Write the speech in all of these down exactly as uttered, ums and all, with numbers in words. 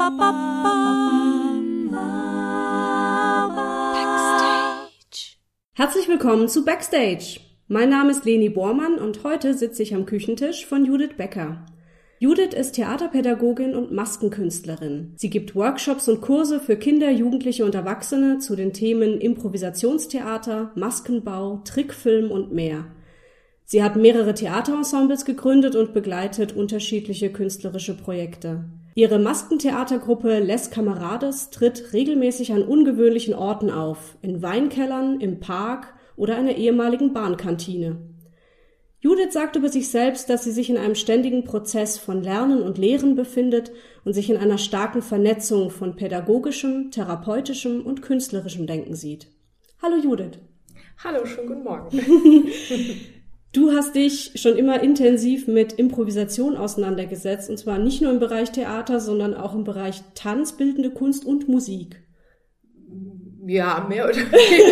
Backstage. Herzlich willkommen zu Backstage. Mein Name ist Leni Bormann und heute sitze ich am Küchentisch von Judith Becker. Judith ist Theaterpädagogin und Maskenkünstlerin. Sie gibt Workshops und Kurse für Kinder, Jugendliche und Erwachsene zu den Themen Improvisationstheater, Maskenbau, Trickfilm und mehr. Sie hat mehrere Theaterensembles gegründet und begleitet unterschiedliche künstlerische Projekte. Ihre Maskentheatergruppe Les Camarades tritt regelmäßig an ungewöhnlichen Orten auf, in Weinkellern, im Park oder einer ehemaligen Bahnkantine. Judith sagt über sich selbst, dass sie sich in einem ständigen Prozess von Lernen und Lehren befindet und sich in einer starken Vernetzung von pädagogischem, therapeutischem und künstlerischem Denken sieht. Hallo Judith. Hallo, schönen guten Morgen. Du hast dich schon immer intensiv mit Improvisation auseinandergesetzt, und zwar nicht nur im Bereich Theater, sondern auch im Bereich Tanz, bildende Kunst und Musik. Ja, mehr oder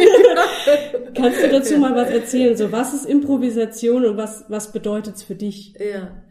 weniger. Kannst du dazu mal was erzählen? So, was ist Improvisation und was, was bedeutet es für dich? Ja.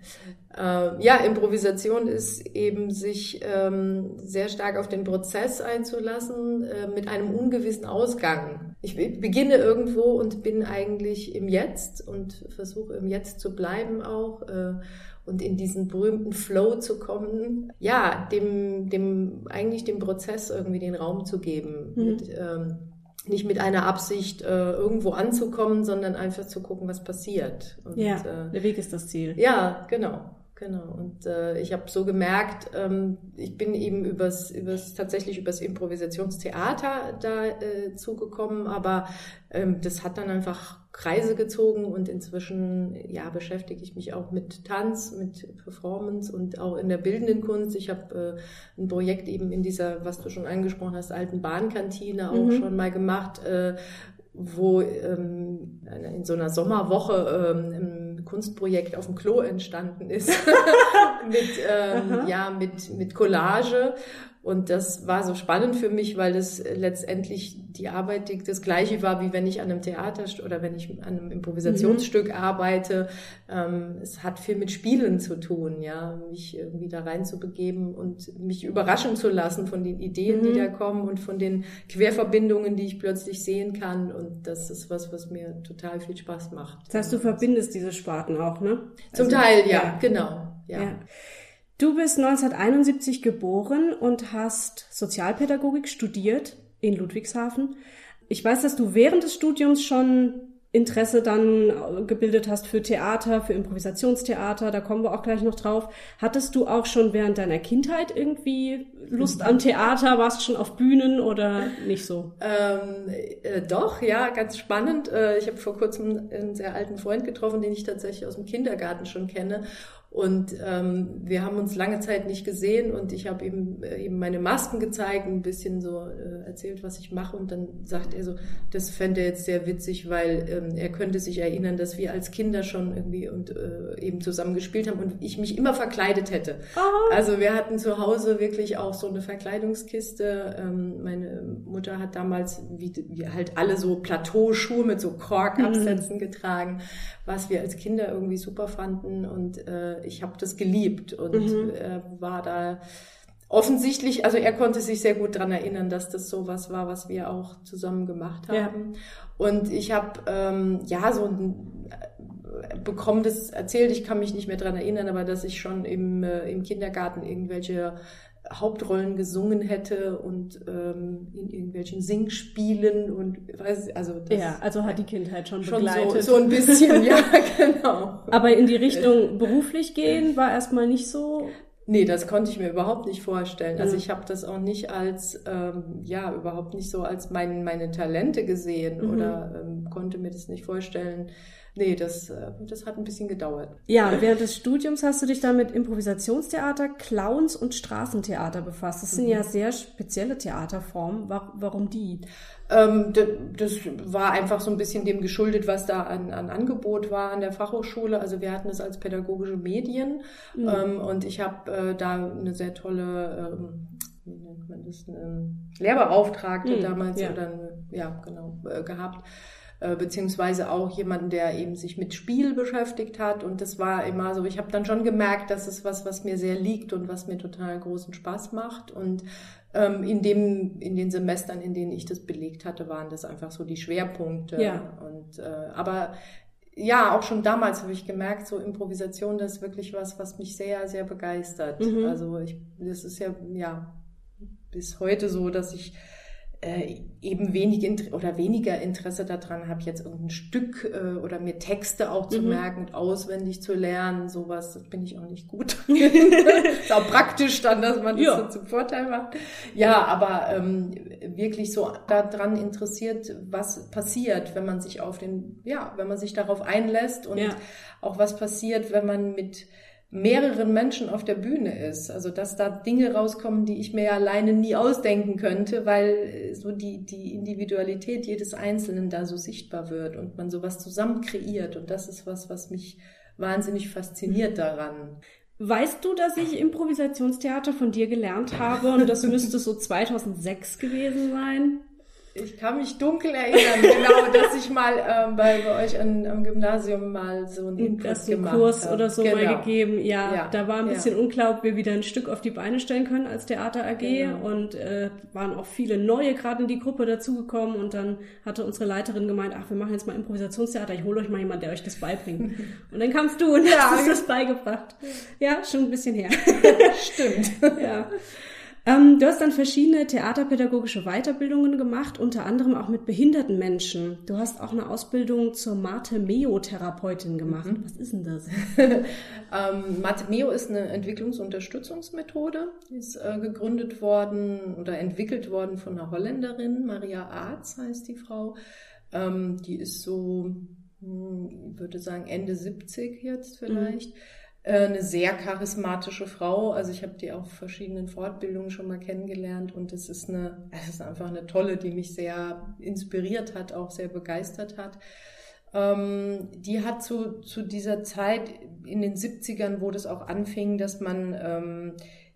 Äh, ja, Improvisation ist eben, sich ähm, sehr stark auf den Prozess einzulassen, äh, mit einem ungewissen Ausgang. Ich beginne irgendwo und bin eigentlich im Jetzt und versuche im Jetzt zu bleiben auch, äh, und in diesen berühmten Flow zu kommen, ja, dem, dem, eigentlich dem Prozess irgendwie den Raum zu geben. Mhm. Mit, ähm, nicht mit einer Absicht, äh, irgendwo anzukommen, sondern einfach zu gucken, was passiert. Und, ja, äh, der Weg ist das Ziel. Ja, genau. Genau. Und äh, ich habe so gemerkt, ähm, ich bin eben übers, übers tatsächlich übers Improvisationstheater da äh, zugekommen, aber ähm, das hat dann einfach Kreise gezogen und inzwischen ja beschäftige ich mich auch mit Tanz, mit Performance und auch in der bildenden Kunst. Ich habe äh, ein Projekt eben in dieser, was du schon angesprochen hast, alten Bahnkantine auch mhm. schon mal gemacht, äh, wo ähm, in so einer Sommerwoche ähm, ein Kunstprojekt auf dem Klo entstanden ist mit ähm, ja mit mit Collage, und das war so spannend für mich, weil das letztendlich die Arbeit das Gleiche war, wie wenn ich an einem Theater oder wenn ich an einem Improvisationsstück mhm. arbeite. Ähm, es hat viel mit Spielen zu tun, ja, mich irgendwie da reinzubegeben und mich überraschen zu lassen von den Ideen, mhm. die da kommen und von den Querverbindungen, die ich plötzlich sehen kann. Und das ist was, was mir total viel Spaß macht. Das heißt, du verbindest diese Sparten auch, ne? Zum also, Teil, ja, ja. genau. Ja. ja. Du bist neunzehnhunderteinundsiebzig geboren und hast Sozialpädagogik studiert in Ludwigshafen. Ich weiß, dass du während des Studiums schon Interesse dann gebildet hast für Theater, für Improvisationstheater, da kommen wir auch gleich noch drauf. Hattest du auch schon während deiner Kindheit irgendwie Lust am Theater? Warst du schon auf Bühnen oder nicht so? Ähm, äh, doch, ja, ganz spannend. Äh, ich habe vor kurzem einen sehr alten Freund getroffen, den ich tatsächlich aus dem Kindergarten schon kenne. Und ähm, wir haben uns lange Zeit nicht gesehen und ich habe ihm äh, eben meine Masken gezeigt, ein bisschen so äh, erzählt, was ich mache, und dann sagt er so, das fände er jetzt sehr witzig, weil ähm, er könnte sich erinnern, dass wir als Kinder schon irgendwie und äh, eben zusammen gespielt haben und ich mich immer verkleidet hätte. Oh. Also wir hatten zu Hause wirklich auch so eine Verkleidungskiste. Ähm, meine Mutter hat damals, wie, wie halt alle, so Plateauschuhe mit so Korkabsätzen mhm. getragen, was wir als Kinder irgendwie super fanden, und äh, ich habe das geliebt und mhm. äh, war da offensichtlich, also er konnte sich sehr gut dran erinnern, dass das so was war, was wir auch zusammen gemacht haben. Ja. Und ich habe ähm, ja so ein äh, bekommen das erzählt, ich kann mich nicht mehr dran erinnern, aber dass ich schon im, äh, im Kindergarten irgendwelche Hauptrollen gesungen hätte und ähm, in irgendwelchen Singspielen und weiß, also das ja, also hat die Kindheit schon, schon begleitet. So, so ein bisschen, ja, genau. Aber in die Richtung beruflich gehen war erstmal nicht so? Nee, das konnte ich mir überhaupt nicht vorstellen. Also ich habe das auch nicht als, ähm, ja, überhaupt nicht so als mein, meine Talente gesehen mhm. oder ähm, konnte mir das nicht vorstellen. Nee, das, das hat ein bisschen gedauert. Ja, während des Studiums hast du dich dann mit Improvisationstheater, Clowns und Straßentheater befasst. Das sind mhm. ja sehr spezielle Theaterformen. Warum die? Ähm, das war einfach so ein bisschen dem geschuldet, was da an, an Angebot war an der Fachhochschule. Also wir hatten es als pädagogische Medien mhm. ähm, und ich habe äh, da eine sehr tolle, ähm, wie nennt man das, eine Lehrbeauftragte mhm, damals ja. oder eine, ja genau äh, gehabt. äh, beziehungsweise auch jemanden, der eben sich mit Spiel beschäftigt hat. Und das war immer so, ich habe dann schon gemerkt, das ist was, was mir sehr liegt und was mir total großen Spaß macht. Und ähm, in dem, in den Semestern, in denen ich das belegt hatte, waren das einfach so die Schwerpunkte. Ja. Und, äh, aber ja, auch schon damals habe ich gemerkt, so Improvisation, das ist wirklich was, was mich sehr, sehr begeistert. Mhm. Also ich, das ist ja, ja, bis heute so, dass ich äh, eben wenig Inter- oder weniger Interesse daran habe, jetzt irgendein Stück äh, oder mir Texte auch zu mhm. merken und auswendig zu lernen. Sowas, das bin ich auch nicht gut. Ist auch praktisch dann, dass man das ja. so zum Vorteil macht. Ja, aber ähm, wirklich so daran interessiert, was passiert, wenn man sich auf den, ja, wenn man sich darauf einlässt und ja. auch was passiert, wenn man mit mehreren Menschen auf der Bühne ist. Also, dass da Dinge rauskommen, die ich mir alleine nie ausdenken könnte, weil so die, die Individualität jedes Einzelnen da so sichtbar wird und man sowas zusammen kreiert. Und das ist was, was mich wahnsinnig fasziniert daran. Weißt du, dass ich Improvisationstheater von dir gelernt habe und das müsste so zweitausendsechs gewesen sein? Ich kann mich dunkel erinnern, genau, dass ich mal ähm, bei, bei euch an, am Gymnasium mal so einen Input das so gemacht Kurs habe. Oder so genau. mal gegeben. Ja, ja, da war ein bisschen ja. unklar, ob wir wieder ein Stück auf die Beine stellen können als Theater A G. Genau. Und äh, waren auch viele neue gerade in die Gruppe dazugekommen. Und dann hatte unsere Leiterin gemeint, ach, wir machen jetzt mal Improvisationstheater. Ich hole euch mal jemanden, der euch das beibringt. Und dann kamst du und ja, hast uns das beigebracht. Ja, schon ein bisschen her. Stimmt. Ja. Ähm, du hast dann verschiedene theaterpädagogische Weiterbildungen gemacht, unter anderem auch mit behinderten Menschen. Du hast auch eine Ausbildung zur Mate-Meo-Therapeutin gemacht. Mhm. Was ist denn das? ähm, Mate-Meo ist eine Entwicklungsunterstützungsmethode. Die ist äh, gegründet worden oder entwickelt worden von einer Holländerin. Maria Aarts heißt die Frau. Ähm, die ist so, hm, ich würde sagen, Ende siebzig jetzt vielleicht. Mhm. Eine sehr charismatische Frau, also ich habe die auf verschiedenen Fortbildungen schon mal kennengelernt und es ist eine, es ist einfach eine tolle, die mich sehr inspiriert hat, auch sehr begeistert hat. Ähm, die hat zu, zu dieser Zeit in den siebzigern, wo das auch anfing, dass man ähm,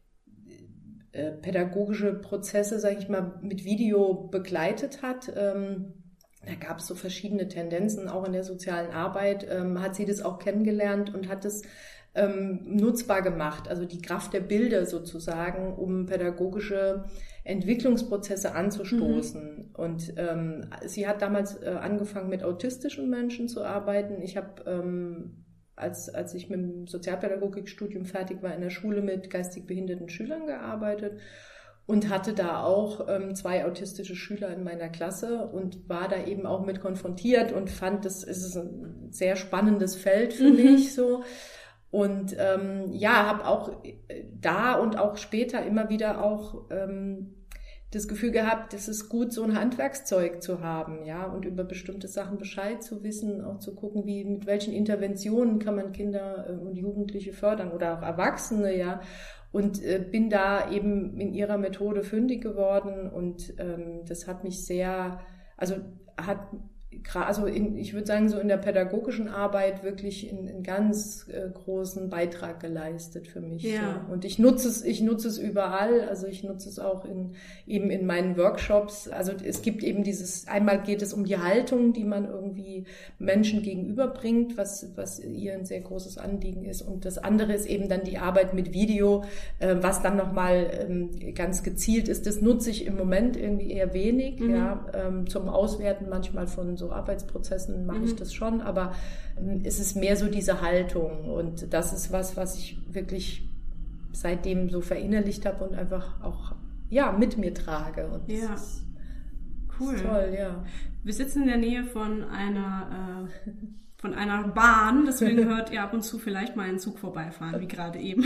äh, pädagogische Prozesse, sage ich mal, mit Video begleitet hat. Ähm, Da gab es so verschiedene Tendenzen, auch in der sozialen Arbeit, ähm, hat sie das auch kennengelernt und hat es ähm, nutzbar gemacht, also die Kraft der Bilder sozusagen, um pädagogische Entwicklungsprozesse anzustoßen. Mhm. Und ähm, sie hat damals äh, angefangen, mit autistischen Menschen zu arbeiten. Ich habe, ähm, als, als ich mit dem Sozialpädagogikstudium fertig war, in der Schule mit geistig behinderten Schülern gearbeitet. Und hatte da auch ähm, zwei autistische Schüler in meiner Klasse und war da eben auch mit konfrontiert und fand, das ist ein sehr spannendes Feld für mhm. mich so. Und ähm, ja, habe auch da und auch später immer wieder auch ähm, das Gefühl gehabt, es ist gut, so ein Handwerkszeug zu haben, ja, und über bestimmte Sachen Bescheid zu wissen, auch zu gucken, wie mit welchen Interventionen kann man Kinder äh, und Jugendliche fördern oder auch Erwachsene, ja. Und äh, bin da eben in ihrer Methode fündig geworden und ähm, das hat mich sehr, also hat also in, ich würde sagen, so in der pädagogischen Arbeit wirklich einen, einen ganz äh, großen Beitrag geleistet für mich. Ja. So. Und ich nutze es, ich nutze es überall, also ich nutze es auch in, eben in meinen Workshops. Also es gibt eben dieses, einmal geht es um die Haltung, die man irgendwie Menschen gegenüberbringt, was, was ihr ein sehr großes Anliegen ist. Und das andere ist eben dann die Arbeit mit Video, äh, was dann nochmal ähm, ganz gezielt ist. Das nutze ich im Moment irgendwie eher wenig, mhm. ja, ähm, zum Auswerten manchmal von so Arbeitsprozessen mache mhm. ich das schon, aber ähm, es ist mehr so diese Haltung und das ist was, was ich wirklich seitdem so verinnerlicht habe und einfach auch ja mit mir trage. Und ja, das ist, cool. Ist toll, ja. Wir sitzen in der Nähe von einer äh, von einer Bahn, deswegen hört ihr ab und zu vielleicht mal einen Zug vorbeifahren, wie gerade eben.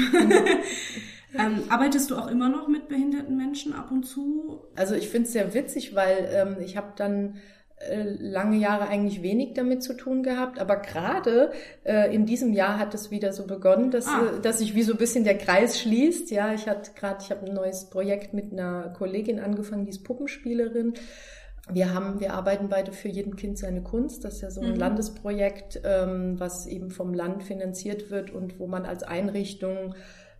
ähm, arbeitest du auch immer noch mit behinderten Menschen ab und zu? Also ich finde es sehr witzig, weil ähm, ich habe dann lange Jahre eigentlich wenig damit zu tun gehabt, aber gerade äh, in diesem Jahr hat es wieder so begonnen, dass ah. äh, dass sich wie so ein bisschen der Kreis schließt. Ja, ich hatte gerade, ich habe ein neues Projekt mit einer Kollegin angefangen, die ist Puppenspielerin. Wir haben, wir arbeiten beide für jedem Kind seine Kunst. Das ist ja so ein mhm. Landesprojekt, ähm, was eben vom Land finanziert wird und wo man als Einrichtung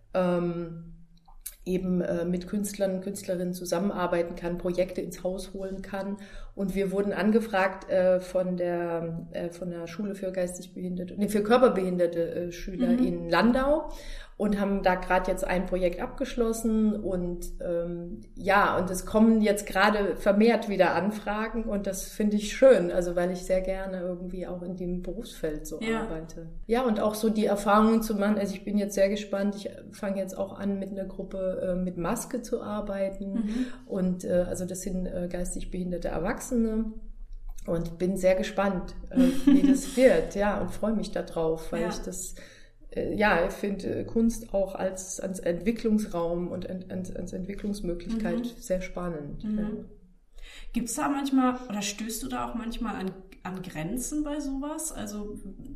ähm, eben äh, mit Künstlern und Künstlerinnen zusammenarbeiten kann, Projekte ins Haus holen kann. Und wir wurden angefragt äh, von der äh, von der Schule für geistig behinderte, nee, für körperbehinderte äh, Schüler mhm. in Landau und haben da gerade jetzt ein Projekt abgeschlossen und ähm, ja, und es kommen jetzt gerade vermehrt wieder Anfragen und das finde ich schön, also weil ich sehr gerne irgendwie auch in dem Berufsfeld so ja. arbeite. Ja, und auch so die Erfahrungen zu machen, also ich bin jetzt sehr gespannt, ich fange jetzt auch an mit einer Gruppe äh, mit Maske zu arbeiten mhm. und äh, also das sind äh, geistig behinderte Erwachsene. Und bin sehr gespannt, äh, wie das wird, ja, und freue mich da drauf, weil ja. ich das ja, ich finde Kunst auch als, als Entwicklungsraum und als, als Entwicklungsmöglichkeit mhm. sehr spannend. Mhm. Ja. Gibt es da manchmal, oder stößt du da auch manchmal an, an Grenzen bei sowas? Also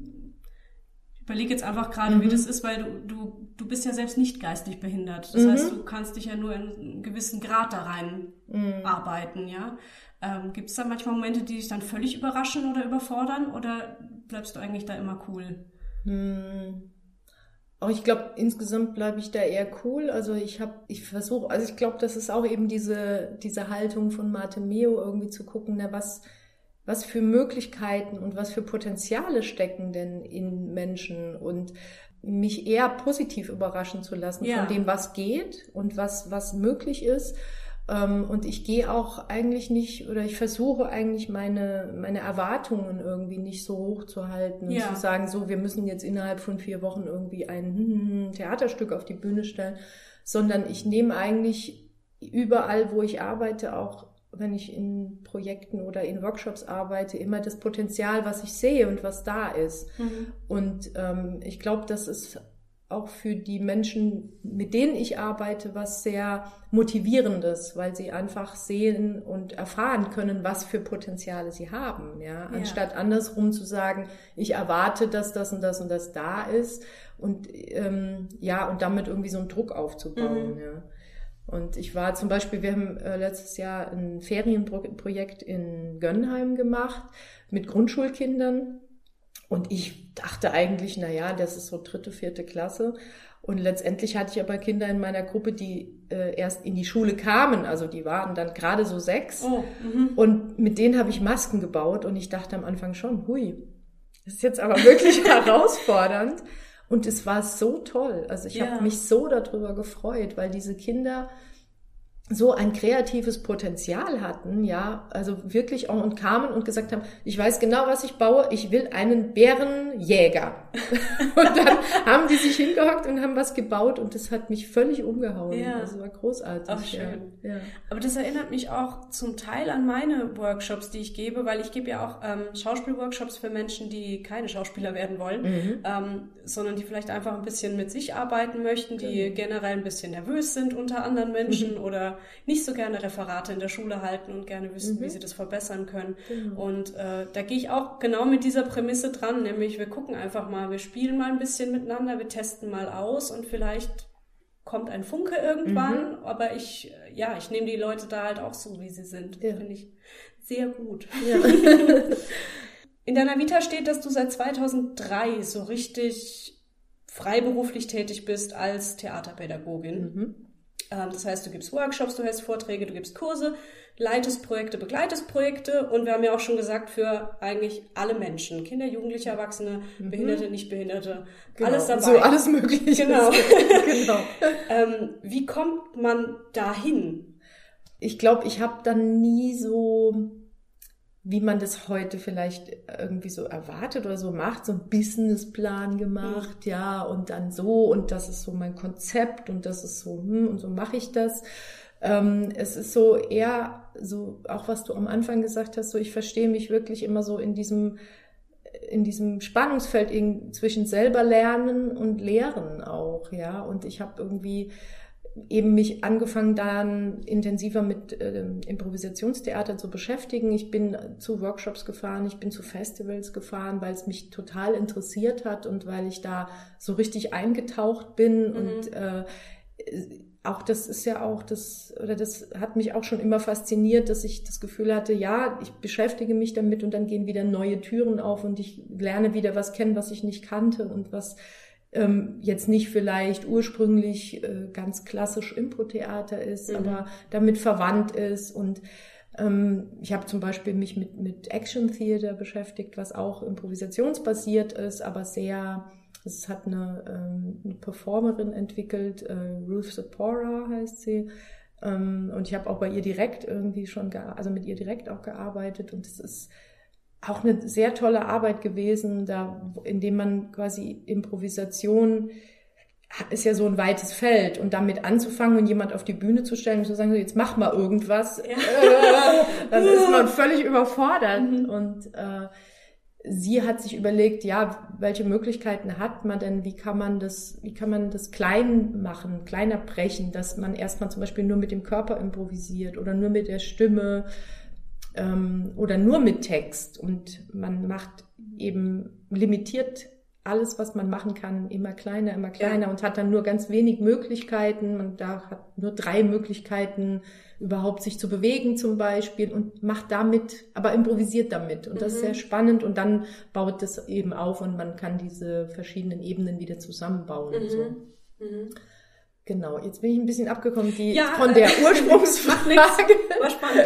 ich überlege jetzt einfach gerade, mhm. wie das ist, weil du, du, du bist ja selbst nicht geistig behindert. Das mhm. heißt, du kannst dich ja nur in einen gewissen Grad da rein mhm. arbeiten, ja. Ähm, gibt es da manchmal Momente, die dich dann völlig überraschen oder überfordern? Oder bleibst du eigentlich da immer cool? Mhm. Auch ich glaube, insgesamt bleibe ich da eher cool. Also ich habe, ich versuche, also ich glaube, das ist auch eben diese diese Haltung von Marte Meo, irgendwie zu gucken, na was was für Möglichkeiten und was für Potenziale stecken denn in Menschen und mich eher positiv überraschen zu lassen ja. von dem, was geht und was was möglich ist. Und ich gehe auch eigentlich nicht, oder ich versuche eigentlich meine meine Erwartungen irgendwie nicht so hoch zu halten und ja. zu sagen, so, wir müssen jetzt innerhalb von vier Wochen irgendwie ein Theaterstück auf die Bühne stellen, sondern ich nehme eigentlich überall, wo ich arbeite, auch wenn ich in Projekten oder in Workshops arbeite, immer das Potenzial, was ich sehe und was da ist. Mhm. Und ähm, ich glaube, das ist auch für die Menschen, mit denen ich arbeite, was sehr Motivierendes, weil sie einfach sehen und erfahren können, was für Potenziale sie haben, ja, anstatt ja. andersrum zu sagen, ich erwarte, dass das und das und das da ist und ähm, ja, und damit irgendwie so einen Druck aufzubauen, mhm. ja. Und ich war zum Beispiel, wir haben äh, letztes Jahr ein Ferienprojekt in Gönnheim gemacht mit Grundschulkindern. Und ich dachte eigentlich, na ja, das ist so dritte, vierte Klasse. Und letztendlich hatte ich aber Kinder in meiner Gruppe, die äh, erst in die Schule kamen. Also die waren dann gerade so sechs. Oh, und mit denen habe ich Masken gebaut. Und ich dachte am Anfang schon, hui, das ist jetzt aber wirklich herausfordernd. Und es war so toll. Also ich ja. habe mich so darüber gefreut, weil diese Kinder so ein kreatives Potenzial hatten, ja, also wirklich auch und kamen und gesagt haben, ich weiß genau, was ich baue, ich will einen Bärenjäger. Und dann haben die sich hingehockt und haben was gebaut und das hat mich völlig umgehauen. Ja. Das war großartig. Auch schön. Ja. Ja. Aber das erinnert mich auch zum Teil an meine Workshops, die ich gebe, weil ich gebe ja auch ähm, Schauspielworkshops für Menschen, die keine Schauspieler werden wollen, mhm. ähm, sondern die vielleicht einfach ein bisschen mit sich arbeiten möchten, die mhm. generell ein bisschen nervös sind unter anderen Menschen mhm. oder nicht so gerne Referate in der Schule halten und gerne wissen, mhm. wie sie das verbessern können. Mhm. Und äh, da gehe ich auch genau mit dieser Prämisse dran, nämlich wir gucken einfach mal, wir spielen mal ein bisschen miteinander, wir testen mal aus und vielleicht kommt ein Funke irgendwann, mhm. aber ich, ja, ich nehme die Leute da halt auch so, wie sie sind. Ja. Finde ich sehr gut. Ja. In deiner Vita steht, dass du seit zweitausenddrei so richtig freiberuflich tätig bist als Theaterpädagogin. Mhm. Das heißt, du gibst Workshops, du hältst Vorträge, du gibst Kurse, leitest Projekte, begleitest Projekte und wir haben ja auch schon gesagt, für eigentlich alle Menschen, Kinder, Jugendliche, Erwachsene, mhm. Behinderte, Nichtbehinderte, genau. alles dabei. So alles Mögliche. Genau. genau. ähm, wie kommt man dahin? Ich glaube, ich habe dann nie so, wie man das heute vielleicht irgendwie so erwartet oder so macht, so einen Businessplan gemacht, mhm. ja, und dann so, und das ist so mein Konzept und das ist so, hm, und so mache ich das. Ähm, es ist so eher so, auch was du am Anfang gesagt hast, so ich verstehe mich wirklich immer so in diesem, in diesem Spannungsfeld zwischen selber lernen und lehren auch, ja, und ich habe irgendwie eben mich angefangen, dann intensiver mit äh, Improvisationstheater zu beschäftigen. Ich bin zu Workshops gefahren, ich bin zu Festivals gefahren, weil es mich total interessiert hat und weil ich da so richtig eingetaucht bin. Mhm. Und äh, auch das ist ja auch das, oder das hat mich auch schon immer fasziniert, dass ich das Gefühl hatte, ja, ich beschäftige mich damit und dann gehen wieder neue Türen auf und ich lerne wieder was kennen, was ich nicht kannte und was ähm, jetzt nicht vielleicht ursprünglich äh, ganz klassisch Impro-Theater ist, mhm. aber damit verwandt ist. Und Ähm, ich habe zum Beispiel mich mit, mit Action Theater beschäftigt, was auch improvisationsbasiert ist, aber sehr, es hat eine, ähm, eine Performerin entwickelt, äh, Ruth Sapora heißt sie. Ähm, und ich habe auch bei ihr direkt irgendwie schon, ge- also mit ihr direkt auch gearbeitet und es ist auch eine sehr tolle Arbeit gewesen, da, indem man quasi Improvisation ist ja so ein weites Feld und damit anzufangen und jemand auf die Bühne zu stellen und zu sagen, so, jetzt mach mal irgendwas, ja. äh, dann ist man völlig überfordert. Mhm. Und äh, sie hat sich überlegt, ja, welche Möglichkeiten hat man denn, wie kann man das, wie kann man das klein machen, kleiner brechen, dass man erstmal zum Beispiel nur mit dem Körper improvisiert oder nur mit der Stimme ähm, oder nur mit Text und man macht eben limitiert alles, was man machen kann, immer kleiner, immer kleiner ja. und hat dann nur ganz wenig Möglichkeiten. Man da hat nur drei Möglichkeiten, überhaupt sich zu bewegen zum Beispiel und macht damit, aber improvisiert damit. Und das mhm. ist sehr spannend und dann baut das eben auf und man kann diese verschiedenen Ebenen wieder zusammenbauen. Mhm. Und so. Mhm. Genau, jetzt bin ich ein bisschen abgekommen die, ja, von der Ursprungsfrage. War spannend.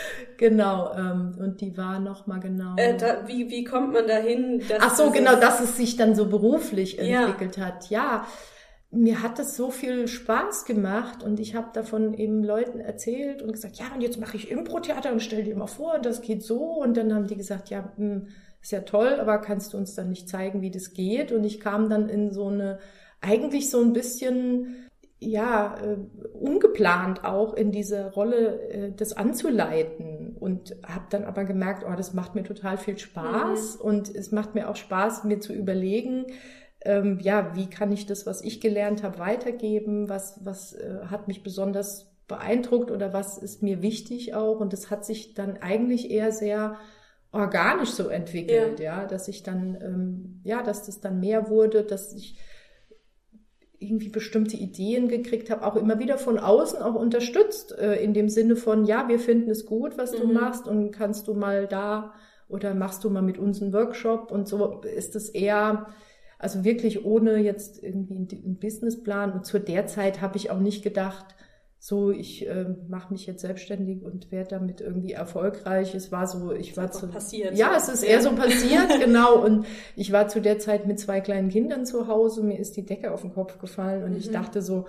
Genau, ähm, und die war nochmal genau... Äh, da, wie, wie kommt man dahin? Dass Ach so, genau, dass es sich dann so beruflich entwickelt ja. hat. Ja, mir hat das so viel Spaß gemacht und ich habe davon eben Leuten erzählt und gesagt, ja, und jetzt mache ich Impro-Theater und stell dir mal vor, und das geht so. Und dann haben die gesagt, ja, mh, ist ja toll, aber kannst du uns dann nicht zeigen, wie das geht? Und ich kam dann in so eine, eigentlich so ein bisschen... ja, äh, ungeplant auch in diese Rolle, äh, das anzuleiten und habe dann aber gemerkt, oh, das macht mir total viel Spaß mhm. und es macht mir auch Spaß, mir zu überlegen, ähm, ja, wie kann ich das, was ich gelernt habe, weitergeben, was, was äh, hat mich besonders beeindruckt oder was ist mir wichtig auch und das hat sich dann eigentlich eher sehr organisch so entwickelt, ja, ja dass ich dann, ähm, ja, dass das dann mehr wurde, dass ich irgendwie bestimmte Ideen gekriegt habe, auch immer wieder von außen auch unterstützt, äh, in dem Sinne von, ja, wir finden es gut, was du mhm. machst und kannst du mal da oder machst du mal mit uns einen Workshop und so ist es eher, also wirklich ohne jetzt irgendwie einen Businessplan und zu der Zeit habe ich auch nicht gedacht, so, ich äh, mache mich jetzt selbstständig und werde damit irgendwie erfolgreich. Es war so, ich war zu passiert. Ja, es ist eher so passiert, genau. Und ich war zu der Zeit mit zwei kleinen Kindern zu Hause. Mir ist die Decke auf den Kopf gefallen und mhm. ich dachte so,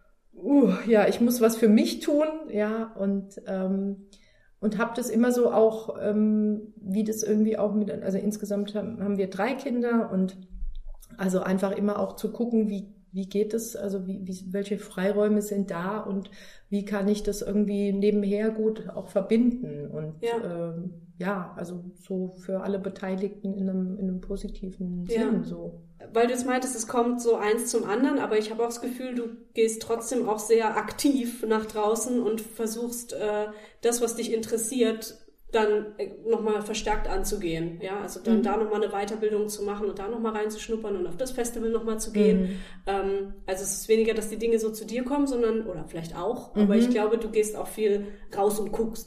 uh, ja, ich muss was für mich tun, ja. Und ähm, und habe das immer so auch, ähm, wie das irgendwie auch mit, also insgesamt haben, haben wir drei Kinder und also einfach immer auch zu gucken, wie Wie geht es, also wie, wie, welche Freiräume sind da und wie kann ich das irgendwie nebenher gut auch verbinden und ja, ähm, ja also so für alle Beteiligten in einem, in einem positiven ja. Sinn so. Weil du jetzt meintest, es kommt so eins zum anderen, aber ich habe auch das Gefühl, du gehst trotzdem auch sehr aktiv nach draußen und versuchst äh, das, was dich interessiert, dann nochmal verstärkt anzugehen, ja, also dann mhm. da nochmal eine Weiterbildung zu machen und da nochmal reinzuschnuppern und auf das Festival nochmal zu gehen. Mhm. Ähm, also es ist weniger, dass die Dinge so zu dir kommen, sondern, oder vielleicht auch, mhm. aber ich glaube, du gehst auch viel raus und guckst.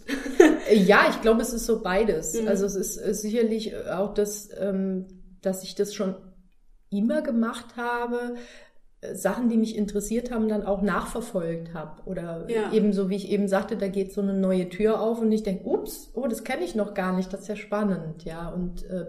Ja, ich glaube, es ist so beides. Mhm. Also es ist, ist sicherlich auch das, ähm, dass ich das schon immer gemacht habe, Sachen, die mich interessiert haben, dann auch nachverfolgt habe. Oder ja. ebenso, wie ich eben sagte, da geht so eine neue Tür auf und ich denke, ups, oh, das kenne ich noch gar nicht, das ist ja spannend, ja. Und äh,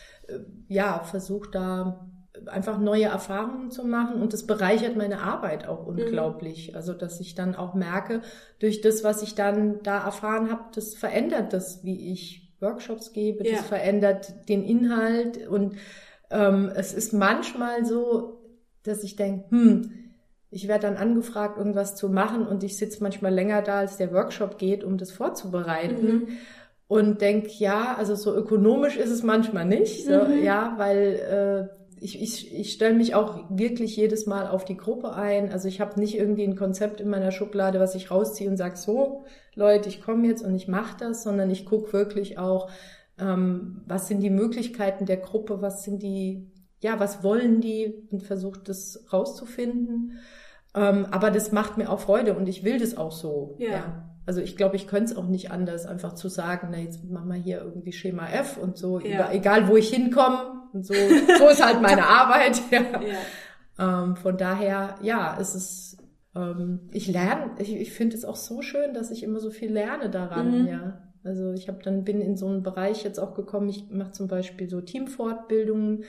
ja, versuche da einfach neue Erfahrungen zu machen und das bereichert meine Arbeit auch unglaublich. Mhm. Also, dass ich dann auch merke, durch das, was ich dann da erfahren habe, das verändert das, wie ich Workshops gebe, ja. das verändert den Inhalt und ähm, es ist manchmal so, dass ich denke, hm, ich werde dann angefragt, irgendwas zu machen und ich sitze manchmal länger da, als der Workshop geht, um das vorzubereiten mhm. und denke, ja, also so ökonomisch ist es manchmal nicht, so, mhm. ja, weil äh, ich, ich, ich stelle mich auch wirklich jedes Mal auf die Gruppe ein, also ich habe nicht irgendwie ein Konzept in meiner Schublade, was ich rausziehe und sage, so, Leute, ich komme jetzt und ich mache das, sondern ich gucke wirklich auch, ähm, was sind die Möglichkeiten der Gruppe, was sind die ja, was wollen die und versucht das rauszufinden. Ähm, aber das macht mir auch Freude und ich will das auch so. Ja. ja. Also ich glaube, ich könnte es auch nicht anders, einfach zu sagen, na jetzt machen wir hier irgendwie Schema F und so, ja. egal wo ich hinkomme und so, so ist halt meine Arbeit. Ja. Ja. Ähm, von daher, ja, es ist, ähm, ich lerne, ich, ich finde es auch so schön, dass ich immer so viel lerne daran, mhm. ja. Also ich habe dann bin in so einen Bereich jetzt auch gekommen, ich mache zum Beispiel so Teamfortbildungen,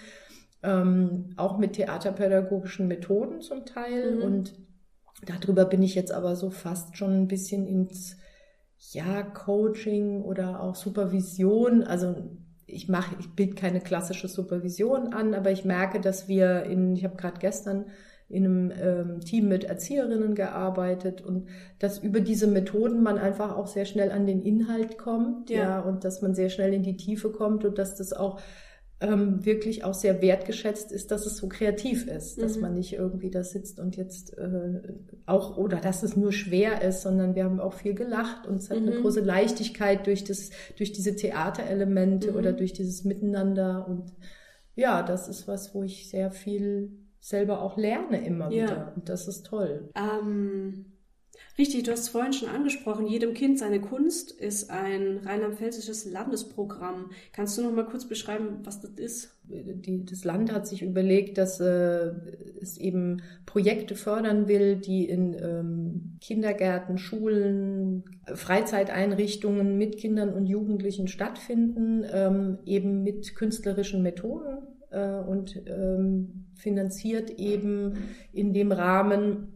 ähm, auch mit theaterpädagogischen Methoden zum Teil. Mhm. Und darüber bin ich jetzt aber so fast schon ein bisschen ins ja, Coaching oder auch Supervision. Also ich mache, ich biete keine klassische Supervision an, aber ich merke, dass wir in, ich habe gerade gestern in einem ähm, Team mit Erzieherinnen gearbeitet und dass über diese Methoden man einfach auch sehr schnell an den Inhalt kommt, ja, ja und dass man sehr schnell in die Tiefe kommt und dass das auch ähm, wirklich auch sehr wertgeschätzt ist, dass es so kreativ ist, mhm. dass man nicht irgendwie da sitzt und jetzt äh, auch, oder dass es nur schwer ist, sondern wir haben auch viel gelacht und es hat mhm. eine große Leichtigkeit durch das, durch diese Theaterelemente mhm. oder durch dieses Miteinander und ja, das ist was, wo ich sehr viel selber auch lerne immer ja. wieder und das ist toll. Ähm, richtig, du hast es vorhin schon angesprochen, jedem Kind seine Kunst ist ein rheinland-pfälzisches Landesprogramm. Kannst du noch mal kurz beschreiben, was das ist? Die, das Land hat sich überlegt, dass äh, es eben Projekte fördern will, die in ähm, Kindergärten, Schulen, Freizeiteinrichtungen mit Kindern und Jugendlichen stattfinden, ähm, eben mit künstlerischen Methoden äh, und ähm, finanziert eben in dem Rahmen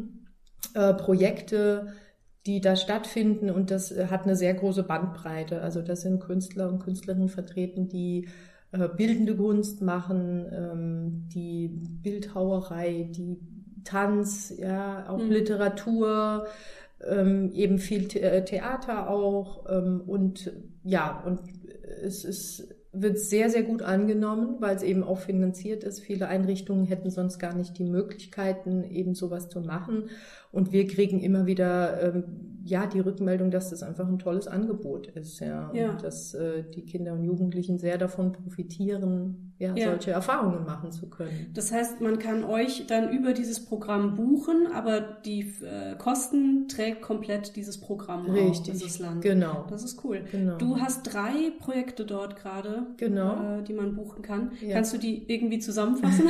äh, Projekte, die da stattfinden und das äh, hat eine sehr große Bandbreite. Also da sind Künstler und Künstlerinnen vertreten, die äh, bildende Kunst machen, ähm, die Bildhauerei, die Tanz, ja, auch mhm. Literatur, ähm, eben viel The- Theater auch ähm, und ja, und es ist wird sehr, sehr gut angenommen, weil es eben auch finanziert ist. Viele Einrichtungen hätten sonst gar nicht die Möglichkeiten, eben sowas zu machen. Und wir kriegen immer wieder ähm, ja die Rückmeldung, dass das einfach ein tolles Angebot ist, ja, ja. Und dass äh, die Kinder und Jugendlichen sehr davon profitieren, ja, ja, solche Erfahrungen machen zu können. Das heißt, man kann euch dann über dieses Programm buchen, aber die äh, Kosten trägt komplett dieses Programm Richtig, auch, dieses Land. Genau. Das ist cool. Genau. Du hast drei Projekte dort gerade, genau. äh, die man buchen kann. Ja. Kannst du die irgendwie zusammenfassen?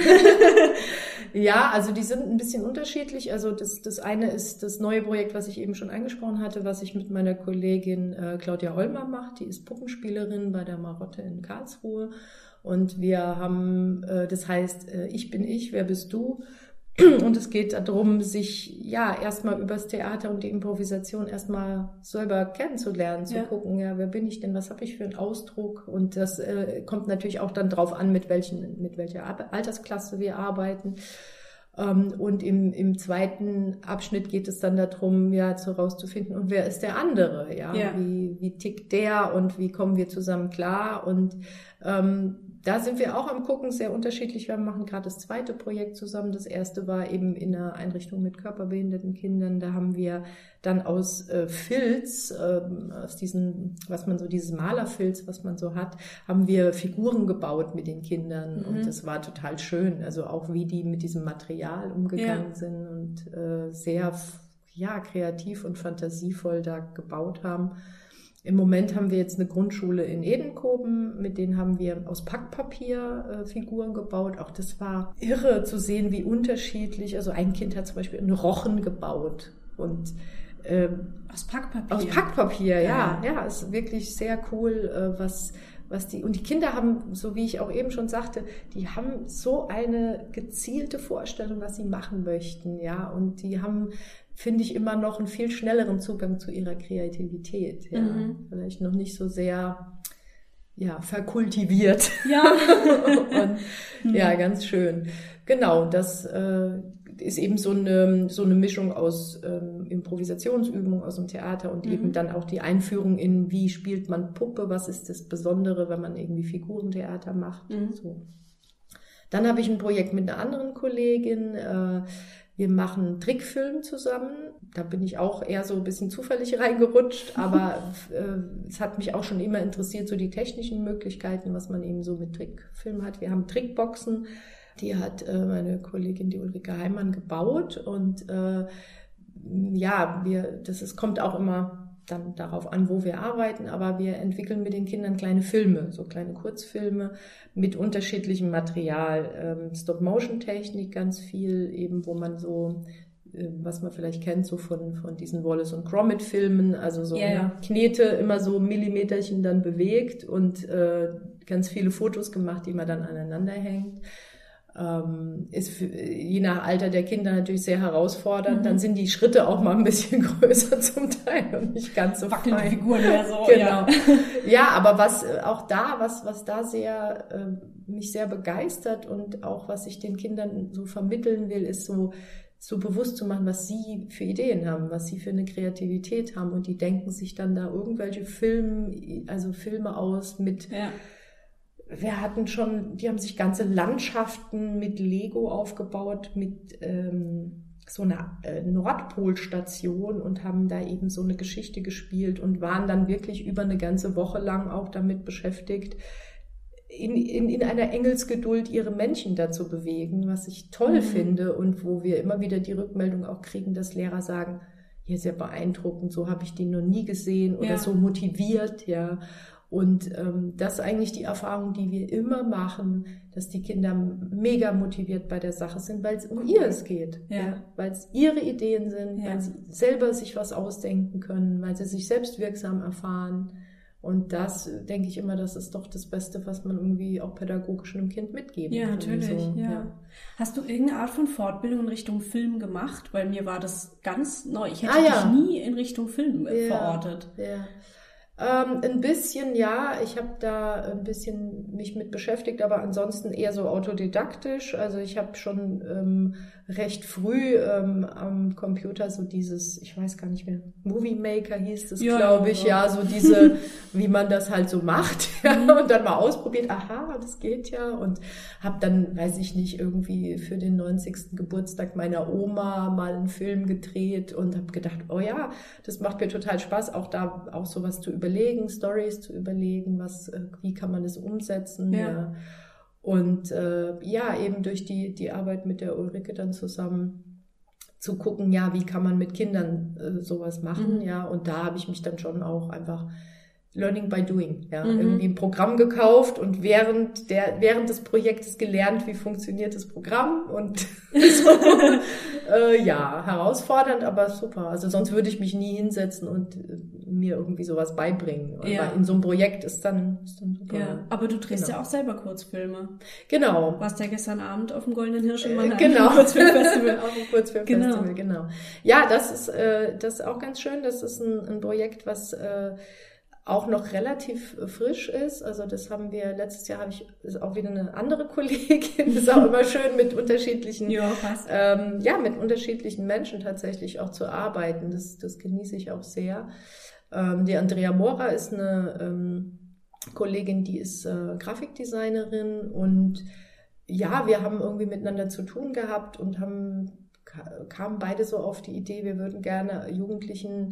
Ja, also die sind ein bisschen unterschiedlich. Also das, das eine ist das neue Projekt, was ich eben schon angesprochen hatte, was ich mit meiner Kollegin äh, Claudia Olmer mache. Die ist Puppenspielerin bei der Marotte in Karlsruhe. Und wir haben, äh, das heißt, äh, ich bin ich, wer bist du? Und es geht darum, sich ja erstmal übers Theater und die Improvisation erstmal selber kennenzulernen, zu ja. gucken, ja, wer bin ich denn, was habe ich für einen Ausdruck? Und das äh, kommt natürlich auch dann drauf an, mit welchen, mit welcher Altersklasse wir arbeiten. Ähm, und im, im zweiten Abschnitt geht es dann darum, ja, zu rauszufinden, und wer ist der andere? Ja, ja. Wie, wie tickt der und wie kommen wir zusammen klar? Und ähm, da sind wir auch am Gucken, sehr unterschiedlich. Wir machen gerade das zweite Projekt zusammen. Das erste war eben in einer Einrichtung mit körperbehinderten Kindern. Da haben wir dann aus äh, Filz, äh, aus diesen, was man so, dieses Malerfilz, was man so hat, haben wir Figuren gebaut mit den Kindern. Mhm. Und das war total schön. Also auch wie die mit diesem Material umgegangen ja. sind und äh, sehr, ja, kreativ und fantasievoll da gebaut haben. Im Moment haben wir jetzt eine Grundschule in Edenkoben, mit denen haben wir aus Packpapier äh, Figuren gebaut. Auch das war irre zu sehen, wie unterschiedlich. Also ein Kind hat zum Beispiel einen Rochen gebaut und ähm, aus Packpapier. Aus Packpapier, ja, ja, ja, ist wirklich sehr cool, äh, was was die und die Kinder haben, so wie ich auch eben schon sagte, die haben so eine gezielte Vorstellung, was sie machen möchten, ja, und die haben, finde ich, immer noch einen viel schnelleren Zugang zu ihrer Kreativität, ja, mhm. vielleicht noch nicht so sehr, ja, verkultiviert. Ja. Und, ja, ganz schön. Genau, das äh, ist eben so eine so eine Mischung aus ähm, Improvisationsübungen aus dem Theater und mhm. eben dann auch die Einführung in, wie spielt man Puppe, was ist das Besondere, wenn man irgendwie Figurentheater macht. Mhm. So. Dann habe ich ein Projekt mit einer anderen Kollegin. Äh, wir machen Trickfilm zusammen. Da bin ich auch eher so ein bisschen zufällig reingerutscht, aber äh, es hat mich auch schon immer interessiert, so die technischen Möglichkeiten, was man eben so mit Trickfilm hat. Wir haben Trickboxen. Die hat äh, meine Kollegin, die Ulrike Heimann, gebaut und äh, ja, wir, das ist, kommt auch immer dann darauf an, wo wir arbeiten, aber wir entwickeln mit den Kindern kleine Filme, so kleine Kurzfilme mit unterschiedlichem Material, ähm, Stop-Motion-Technik ganz viel, eben wo man so was man vielleicht kennt, so von, von diesen Wallace und Gromit-Filmen, also so ja, ja. Knete immer so Millimeterchen dann bewegt und äh, ganz viele Fotos gemacht, die man dann aneinander hängt. Ähm, ist für, je nach Alter der Kinder natürlich sehr herausfordernd. Mhm. Dann sind die Schritte auch mal ein bisschen größer zum Teil und nicht ganz so wackeln fein. Die Figuren mehr so. Genau. Ja, ja, aber was auch da, was was da sehr äh, mich sehr begeistert und auch was ich den Kindern so vermitteln will, ist so so bewusst zu machen, was sie für Ideen haben, was sie für eine Kreativität haben, und die denken sich dann da irgendwelche Filme, also Filme aus mit ja. Wir hatten schon, die haben sich ganze Landschaften mit Lego aufgebaut, mit ähm, so einer äh, Nordpolstation, und haben da eben so eine Geschichte gespielt und waren dann wirklich über eine ganze Woche lang auch damit beschäftigt, in, in, in einer Engelsgeduld ihre Männchen dazu bewegen, was ich toll mhm. finde, und wo wir immer wieder die Rückmeldung auch kriegen, dass Lehrer sagen, ja, sehr beeindruckend, so habe ich die noch nie gesehen, oder ja. so motiviert, ja. Und ähm, das ist eigentlich die Erfahrung, die wir immer machen, dass die Kinder mega motiviert bei der Sache sind, weil es um ihr es geht. Ja. Ja? Weil es ihre Ideen sind, ja. weil sie selber sich was ausdenken können, weil sie sich selbst wirksam erfahren. Und das, denke ich immer, das ist doch das Beste, was man irgendwie auch pädagogisch einem Kind mitgeben ja, kann. Natürlich, so, ja. ja. Hast du irgendeine Art von Fortbildung in Richtung Film gemacht? Weil mir war das ganz neu. Ich hätte ah, ja. dich nie in Richtung Film ja. verortet. Ja. Ähm, ein bisschen, ja, ich habe da ein bisschen mich mit beschäftigt, aber ansonsten eher so autodidaktisch. Also ich habe schon ähm, recht früh ähm, am Computer so dieses, ich weiß gar nicht mehr, Movie Maker hieß das, ja, glaube ich, ja. ja, so diese, wie man das halt so macht, ja, mhm. und dann mal ausprobiert, aha, das geht ja, und habe dann, weiß ich nicht, irgendwie für den neunzigsten Geburtstag meiner Oma mal einen Film gedreht und habe gedacht, oh ja, das macht mir total Spaß, auch da auch sowas zu überlegen, Stories zu überlegen, was, wie kann man das umsetzen, ja. ja. Und äh, ja, eben durch die, die Arbeit mit der Ulrike dann zusammen zu gucken, ja, wie kann man mit Kindern äh, sowas machen, mhm. ja, und da habe ich mich dann schon auch einfach Learning by Doing, ja, mhm. irgendwie ein Programm gekauft und während der während des Projektes gelernt, wie funktioniert das Programm, und so, äh, ja, herausfordernd, aber super. Also sonst würde ich mich nie hinsetzen und äh, mir irgendwie sowas beibringen. Ja. Aber in so einem Projekt ist dann, ist dann super. Ja, aber du drehst genau. ja auch selber Kurzfilme. Genau. Warst ja gestern Abend auf dem Goldenen Hirsch in äh, genau. Kurzfilmfestival. Auf dem Kurzfilmfestival, genau. genau. Ja, das ist äh, das ist auch ganz schön. Das ist ein, ein Projekt, was äh, auch noch relativ frisch ist. Also das haben wir, letztes Jahr habe ich, ist auch wieder eine andere Kollegin, das ist auch immer schön mit unterschiedlichen, ja, passt. Ähm, ja, mit unterschiedlichen Menschen tatsächlich auch zu arbeiten. Das, das genieße ich auch sehr. Ähm, die Andrea Mora ist eine ähm, Kollegin, die ist äh, Grafikdesignerin, und ja, wir haben irgendwie miteinander zu tun gehabt und haben, kamen beide so auf die Idee, wir würden gerne Jugendlichen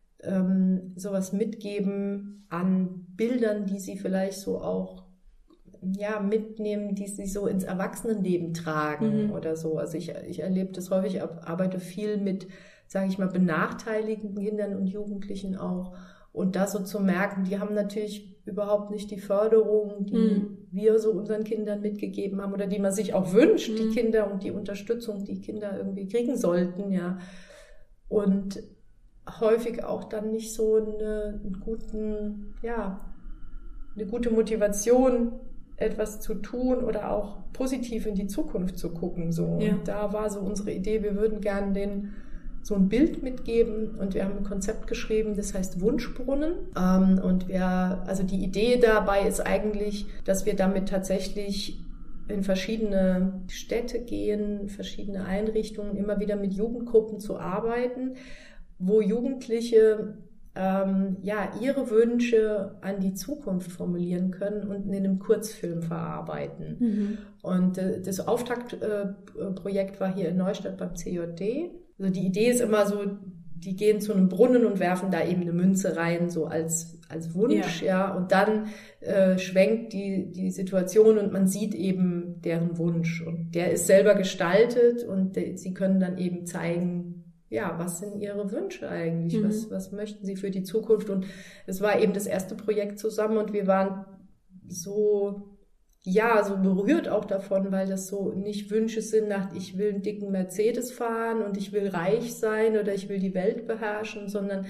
ähm, sowas mitgeben an Bildern, die sie vielleicht so auch ja mitnehmen, die sie so ins Erwachsenenleben tragen, mhm. oder so. Also ich, ich erlebe das häufig, ich arbeite viel mit, sage ich mal, benachteiligten Kindern und Jugendlichen auch. Und da so zu merken, die haben natürlich überhaupt nicht die Förderung, die mhm. wir so unseren Kindern mitgegeben haben oder die man sich auch wünscht, mhm. die Kinder, und die Unterstützung, die Kinder irgendwie kriegen sollten, ja. Und häufig auch dann nicht so eine, einen guten, ja, eine gute Motivation, etwas zu tun oder auch positiv in die Zukunft zu gucken, so. Ja. Und da war so unsere Idee, wir würden gerne den so ein Bild mitgeben, und wir haben ein Konzept geschrieben, das heißt Wunschbrunnen. Ähm, und wir, also die Idee dabei ist eigentlich, dass wir damit tatsächlich in verschiedene Städte gehen, verschiedene Einrichtungen, immer wieder mit Jugendgruppen zu arbeiten, wo Jugendliche ähm, ja ihre Wünsche an die Zukunft formulieren können und in einem Kurzfilm verarbeiten. Mhm. Und äh, das Auftaktprojekt äh, war hier in Neustadt beim C J D. Also die Idee ist immer so, die gehen zu einem Brunnen und werfen da eben eine Münze rein, so als als Wunsch, ja, ja, und dann äh, schwenkt die die Situation und man sieht eben deren Wunsch, und der ist selber gestaltet, und de, sie können dann eben zeigen, ja, was sind ihre Wünsche eigentlich, mhm. was was möchten sie für die Zukunft, und es war eben das erste Projekt zusammen, und wir waren so ja, so berührt auch davon, weil das so nicht Wünsche sind nach, ich will einen dicken Mercedes fahren und ich will reich sein oder ich will die Welt beherrschen, sondern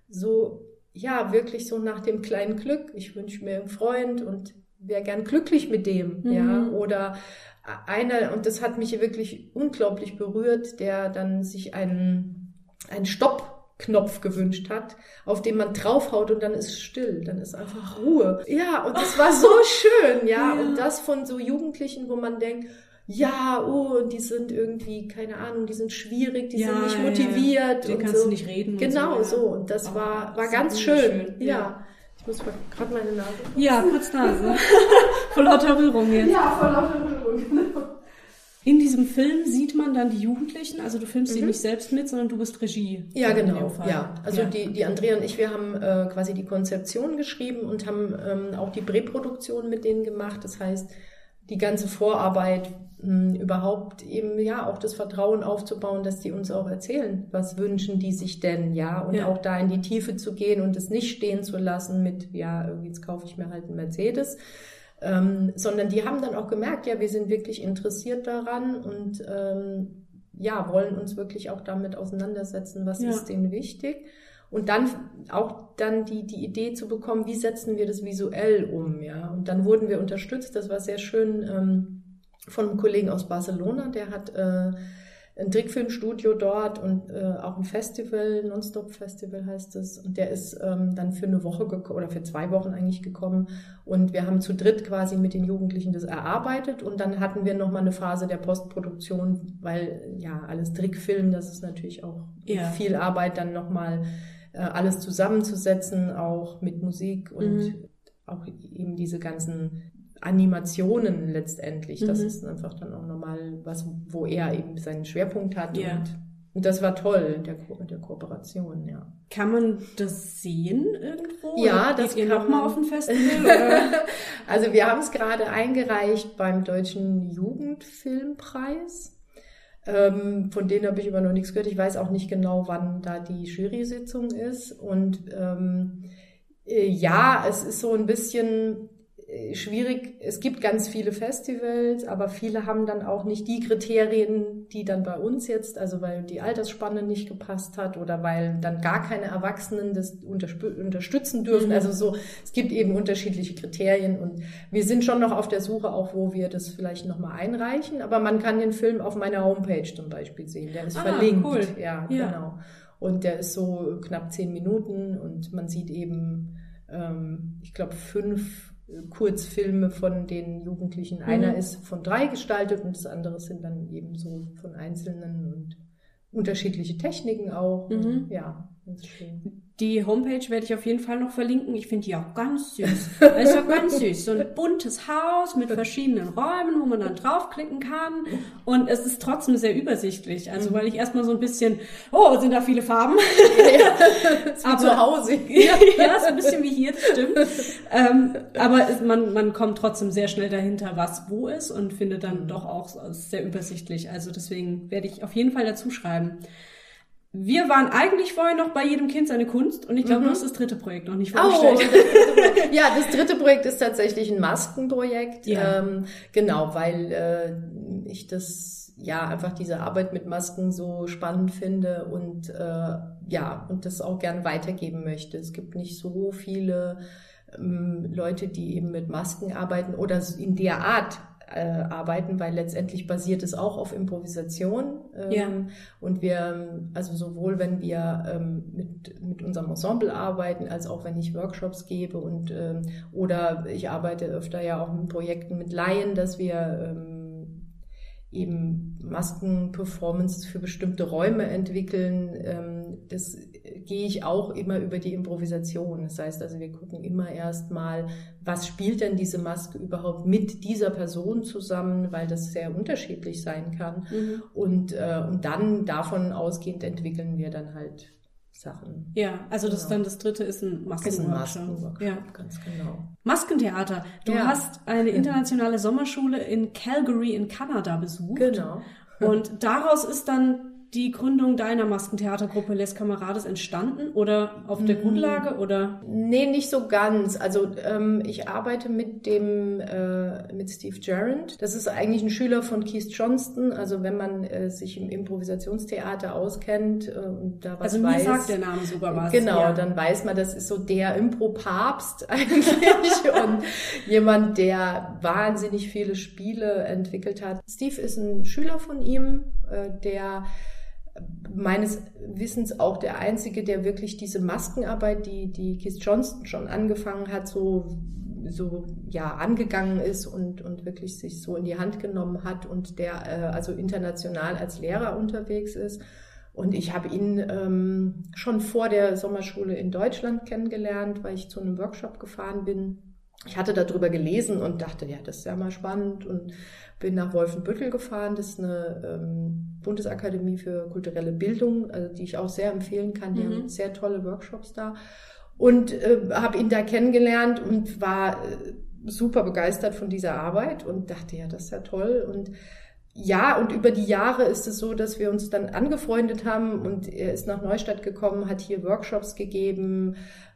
so, ja, wirklich so nach dem kleinen Glück. Ich wünsche mir einen Freund und wäre gern glücklich mit dem, mhm. ja, oder einer, und das hat mich wirklich unglaublich berührt, der dann sich einen, einen Stoppknopf gewünscht hat, auf den man draufhaut und dann ist still, dann ist einfach Ruhe. Ja, und das war so schön, ja, ja. Und das von so Jugendlichen, wo man denkt, ja, oh, und die sind irgendwie, keine Ahnung, die sind schwierig, die ja, sind nicht motiviert. Ja. Und kannst so. du nicht reden. Genau, und so, so. Und das oh, war, war das ganz schön. schön. Ja. ja. Ich muss gerade meine Nase putzen. Ja, putz Nase. Voll lauter Rührung jetzt. Ja, voll lauter Rührung, genau. In diesem Film sieht man dann die Jugendlichen, also du filmst mhm. die nicht selbst mit, sondern du bist Regie. Ja, genau. Ja, also ja. Die, die Andrea und ich, wir haben äh, quasi die Konzeption geschrieben und haben ähm, auch die Präproduktion mit denen gemacht. Das heißt, die ganze Vorarbeit mh, überhaupt eben ja auch das Vertrauen aufzubauen, dass die uns auch erzählen, was wünschen die sich denn, ja, und ja. auch da in die Tiefe zu gehen und es nicht stehen zu lassen mit, ja, irgendwie jetzt kaufe ich mir halt einen Mercedes, ähm, sondern die haben dann auch gemerkt, ja, wir sind wirklich interessiert daran und ähm, ja, wollen uns wirklich auch damit auseinandersetzen, was ja. ist denen wichtig. Und dann auch dann die, die Idee zu bekommen, wie setzen wir das visuell um, ja. Und dann wurden wir unterstützt, das war sehr schön, ähm, von einem Kollegen aus Barcelona, der hat äh, ein Trickfilmstudio dort und äh, auch ein Festival, Nonstop-Festival heißt es. Und der ist ähm, dann für eine Woche geko- oder für zwei Wochen eigentlich gekommen. Und wir haben zu dritt quasi mit den Jugendlichen das erarbeitet. Und dann hatten wir nochmal eine Phase der Postproduktion, weil ja alles Trickfilm, das ist natürlich auch ja. viel Arbeit, dann nochmal alles zusammenzusetzen, auch mit Musik und mhm. auch eben diese ganzen Animationen letztendlich. Mhm. Das ist einfach dann auch nochmal was, wo er eben seinen Schwerpunkt hat. Ja. Und, und das war toll in der, Ko- der Kooperation, ja. Kann man das sehen irgendwo? Ja, das geht kann ihr noch mal auf ein Festival? Oder? Also wir haben es gerade eingereicht beim Deutschen Jugendfilmpreis. Ähm, von denen habe ich aber noch nichts gehört. Ich weiß auch nicht genau, wann da die Jury-Sitzung ist. Und ähm, äh, ja, es ist so ein bisschen äh, schwierig. Es gibt ganz viele Festivals, aber viele haben dann auch nicht die Kriterien, die dann bei uns jetzt, also weil die Altersspanne nicht gepasst hat oder weil dann gar keine Erwachsenen das untersp- unterstützen dürfen. Mhm. Also so, es gibt eben unterschiedliche Kriterien und wir sind schon noch auf der Suche, auch wo wir das vielleicht nochmal einreichen. Aber man kann den Film auf meiner Homepage zum Beispiel sehen. Der ist ah, verlinkt. Cool. Ja, ja, genau. Und der ist so knapp zehn Minuten und man sieht eben, ähm, ich glaube, fünf Kurzfilme von den Jugendlichen. Mhm. Einer ist von drei gestaltet und das andere sind dann eben so von Einzelnen und unterschiedliche Techniken auch. Mhm. Ja, das ist schön. Die Homepage werde ich auf jeden Fall noch verlinken. Ich finde die auch ganz süß. Das ist auch ganz süß. So ein buntes Haus mit verschiedenen Räumen, wo man dann draufklicken kann. Und es ist trotzdem sehr übersichtlich. Also, weil ich erstmal so ein bisschen, oh, sind da viele Farben? Ja, ist wie zu Hause. Ja, ja, ist ein bisschen wie hier, das stimmt. ähm, aber es, man, man kommt trotzdem sehr schnell dahinter, was wo ist und findet dann doch auch sehr übersichtlich. Also deswegen werde ich auf jeden Fall dazu schreiben. Wir waren eigentlich vorher noch bei jedem Kind seine Kunst und ich glaube, mhm. du hast das dritte Projekt noch nicht vorgestellt. Oh, ja, das dritte Projekt ist tatsächlich ein Maskenprojekt. Ja. Ähm, genau, weil äh, ich das, ja, einfach diese Arbeit mit Masken so spannend finde und äh, ja, und das auch gern weitergeben möchte. Es gibt nicht so viele ähm, Leute, die eben mit Masken arbeiten oder in der Art Äh, arbeiten, weil letztendlich basiert es auch auf Improvisation. Ähm, ja. Und wir, also sowohl wenn wir ähm, mit, mit unserem Ensemble arbeiten, als auch wenn ich Workshops gebe und ähm, oder ich arbeite öfter ja auch mit Projekten mit Laien, dass wir ähm, eben Maskenperformances für bestimmte Räume entwickeln. Ähm, das gehe ich auch immer über die Improvisation. Das heißt also, wir gucken immer erstmal, was spielt denn diese Maske überhaupt mit dieser Person zusammen, weil das sehr unterschiedlich sein kann. Mhm. Und, äh, und dann davon ausgehend entwickeln wir dann halt Sachen. Ja, also das genau. dann das dritte ist ein Maskenworkshop. Maskenworkshop, ja. Ganz genau. Maskentheater. Du ja. hast eine internationale Sommerschule in Calgary in Kanada besucht. Genau. Und daraus ist dann die Gründung deiner Maskentheatergruppe Les Camarades entstanden oder auf der Grundlage oder? Nee, nicht so ganz. Also ähm, ich arbeite mit dem äh, mit Steve Gerrand. Das ist eigentlich ein Schüler von Keith Johnston. Also wenn man äh, sich im Improvisationstheater auskennt äh, und da was also weiß. Also mir sagt der Name sogar was. Genau, ja. Dann weiß man, das ist so der Impro-Papst eigentlich und jemand, der wahnsinnig viele Spiele entwickelt hat. Steve ist ein Schüler von ihm, äh, der meines Wissens auch der Einzige, der wirklich diese Maskenarbeit, die, die Keith Johnston schon angefangen hat, so, so, ja, angegangen ist und, und wirklich sich so in die Hand genommen hat und der, äh, also international als Lehrer unterwegs ist. Und ich habe ihn ähm, schon vor der Sommerschule in Deutschland kennengelernt, weil ich zu einem Workshop gefahren bin. Ich hatte darüber gelesen und dachte, ja, das ist ja mal spannend und bin nach Wolfenbüttel gefahren. Das ist eine ähm, Bundesakademie für kulturelle Bildung, also die ich auch sehr empfehlen kann. Die mhm. haben sehr tolle Workshops da und äh, habe ihn da kennengelernt und war äh, super begeistert von dieser Arbeit und dachte, ja, das ist ja toll. Und ja, und über die Jahre ist es so, dass wir uns dann angefreundet haben und er ist nach Neustadt gekommen, hat hier Workshops gegeben.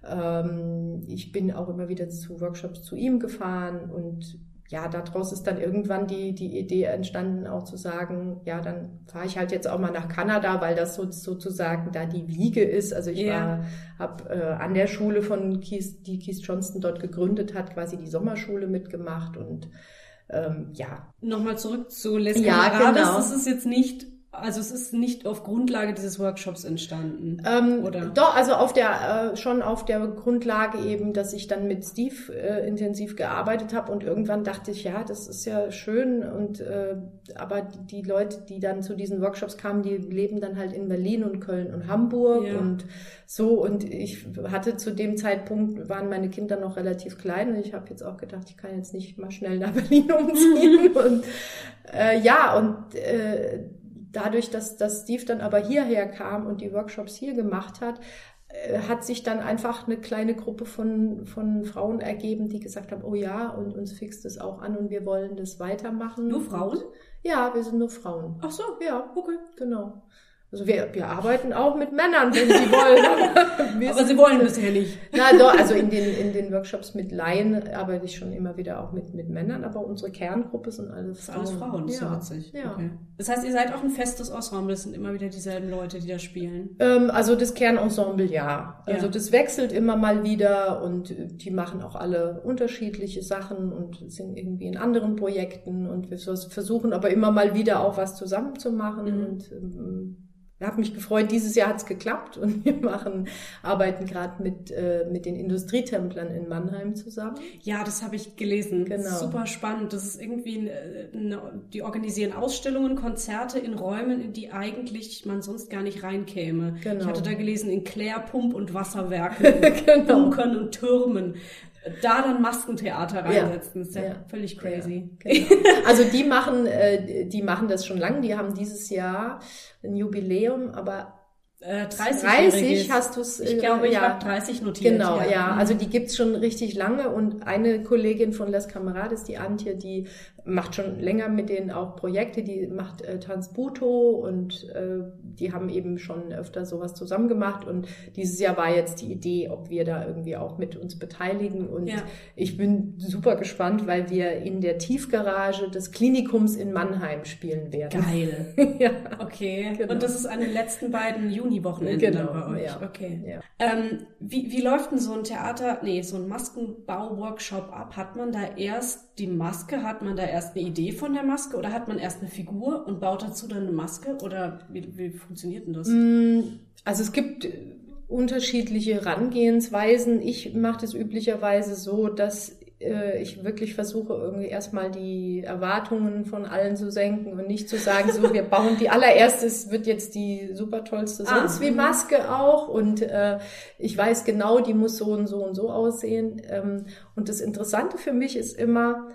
Ähm, ich bin auch immer wieder zu Workshops zu ihm gefahren und ja, daraus ist dann irgendwann die die Idee entstanden, auch zu sagen, ja, dann fahre ich halt jetzt auch mal nach Kanada, weil das so, sozusagen da die Wiege ist. Also ich ja. war, habe äh, an der Schule von Keith, die Keith Johnston dort gegründet hat, quasi die Sommerschule mitgemacht und Ähm, ja. Nochmal zurück zu Les ja, Camarades. Genau. Das ist jetzt nicht, also es ist nicht auf Grundlage dieses Workshops entstanden, ähm, oder? Doch, also auf der äh, schon auf der Grundlage eben, dass ich dann mit Steve äh, intensiv gearbeitet habe und irgendwann dachte ich, ja, das ist ja schön und äh, aber die, die Leute, die dann zu diesen Workshops kamen, die leben dann halt in Berlin und Köln und Hamburg ja. und so und ich hatte zu dem Zeitpunkt, waren meine Kinder noch relativ klein und ich habe jetzt auch gedacht, ich kann jetzt nicht mal schnell nach Berlin umziehen und äh, ja und äh, dadurch, dass, dass Steve dann aber hierher kam und die Workshops hier gemacht hat, äh, hat sich dann einfach eine kleine Gruppe von, von Frauen ergeben, die gesagt haben, oh ja, und uns fixt es auch an und wir wollen das weitermachen. Nur Frauen? Und, ja, wir sind nur Frauen. Ach so, ja, okay, genau. Also wir, wir arbeiten auch mit Männern, wenn sie wollen. Aber sie wollen bisher nicht. Na doch, also in den, in den Workshops mit Laien arbeite ich schon immer wieder auch mit, mit Männern, aber unsere Kerngruppe sind alles Frauen. Alles Frauen, das ja. ist ja witzig. Ja. Okay. Das heißt, ihr seid auch ein festes Ensemble, es sind immer wieder dieselben Leute, die da spielen? Ähm, also das Kernensemble, ja. Also ja. das wechselt immer mal wieder und die machen auch alle unterschiedliche Sachen und sind irgendwie in anderen Projekten und wir versuchen aber immer mal wieder auch was zusammen zu machen mhm. und ähm, ich habe mich gefreut, dieses Jahr hat's geklappt und wir machen, arbeiten gerade mit äh, mit den Industrietemplern in Mannheim zusammen. Ja, das habe ich gelesen. Genau. Super spannend. Das ist irgendwie, eine, die organisieren Ausstellungen, Konzerte in Räumen, in die eigentlich man sonst gar nicht reinkäme. Genau. Ich hatte da gelesen, in Klär-, Pump- und Wasserwerken, genau. Bunkern und Türmen. Da dann Maskentheater reinsetzen, ja. ist ja, ja völlig crazy. Ja, genau. Also die machen, äh, die machen das schon lange. Die haben dieses Jahr ein Jubiläum, aber äh, dreißig, dreißig hast du es. Ich äh, glaube, ich ja. habe dreißig notiert. Genau, ja. ja. Also die gibt's schon richtig lange und eine Kollegin von Les Camarades, die Antje, die macht schon länger mit denen auch Projekte. Die macht äh, Transbuto und äh, die haben eben schon öfter sowas zusammen gemacht und dieses Jahr war jetzt die Idee, ob wir da irgendwie auch mit uns beteiligen und ja. ich bin super gespannt, weil wir in der Tiefgarage des Klinikums in Mannheim spielen werden. Geil. ja. Okay. Genau. Und das ist an den letzten beiden Juni-Wochenenden genau. dann bei euch. Ja. Okay. Ja. Ähm, wie, wie läuft denn so ein Theater, nee, so ein Maskenbau-Workshop ab? Hat man da erst die Maske, hat man da erst eine Idee von der Maske oder hat man erst eine Figur und baut dazu dann eine Maske oder wie, wie funktioniert denn das? Also es gibt unterschiedliche Herangehensweisen. Ich mache das üblicherweise so, dass äh, ich wirklich versuche, irgendwie erstmal die Erwartungen von allen zu senken und nicht zu sagen, so, wir bauen die allererste, es wird jetzt die super tollste sonst ah, wie Maske auch und äh, ich weiß genau, die muss so und so und so aussehen. Ähm, und das Interessante für mich ist immer,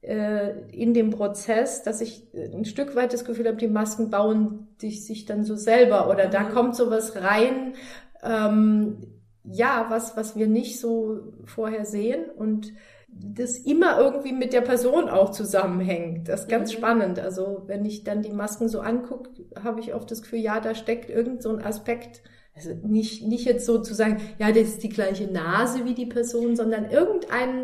in dem Prozess, dass ich ein Stück weit das Gefühl habe, die Masken bauen sich dann so selber oder da kommt sowas rein, ähm, ja, was was wir nicht so vorher sehen und das immer irgendwie mit der Person auch zusammenhängt. Das ist ganz Mhm. spannend. Also wenn ich dann die Masken so angucke, habe ich oft das Gefühl, ja, da steckt irgend so ein Aspekt. Also nicht, nicht jetzt so zu sagen, ja, das ist die gleiche Nase wie die Person, sondern irgendein,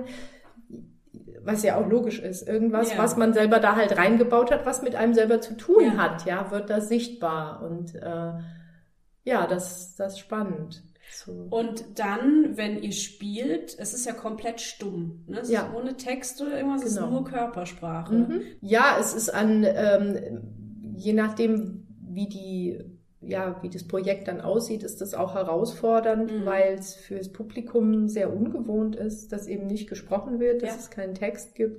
was ja auch logisch ist, irgendwas, Ja. was man selber da halt reingebaut hat, was mit einem selber zu tun Ja. hat, ja, wird da sichtbar. Und äh, ja, das, das ist spannend. So. Und dann, wenn ihr spielt, es ist ja komplett stumm. Ne? Es Ja. ist ohne Text oder irgendwas, es Genau. ist nur Körpersprache. Mhm. Ja, es ist an, ähm, je nachdem, wie die, ja, wie das Projekt dann aussieht, ist das auch herausfordernd, Mhm. weil es fürs Publikum sehr ungewohnt ist, dass eben nicht gesprochen wird, dass Ja. es keinen Text gibt.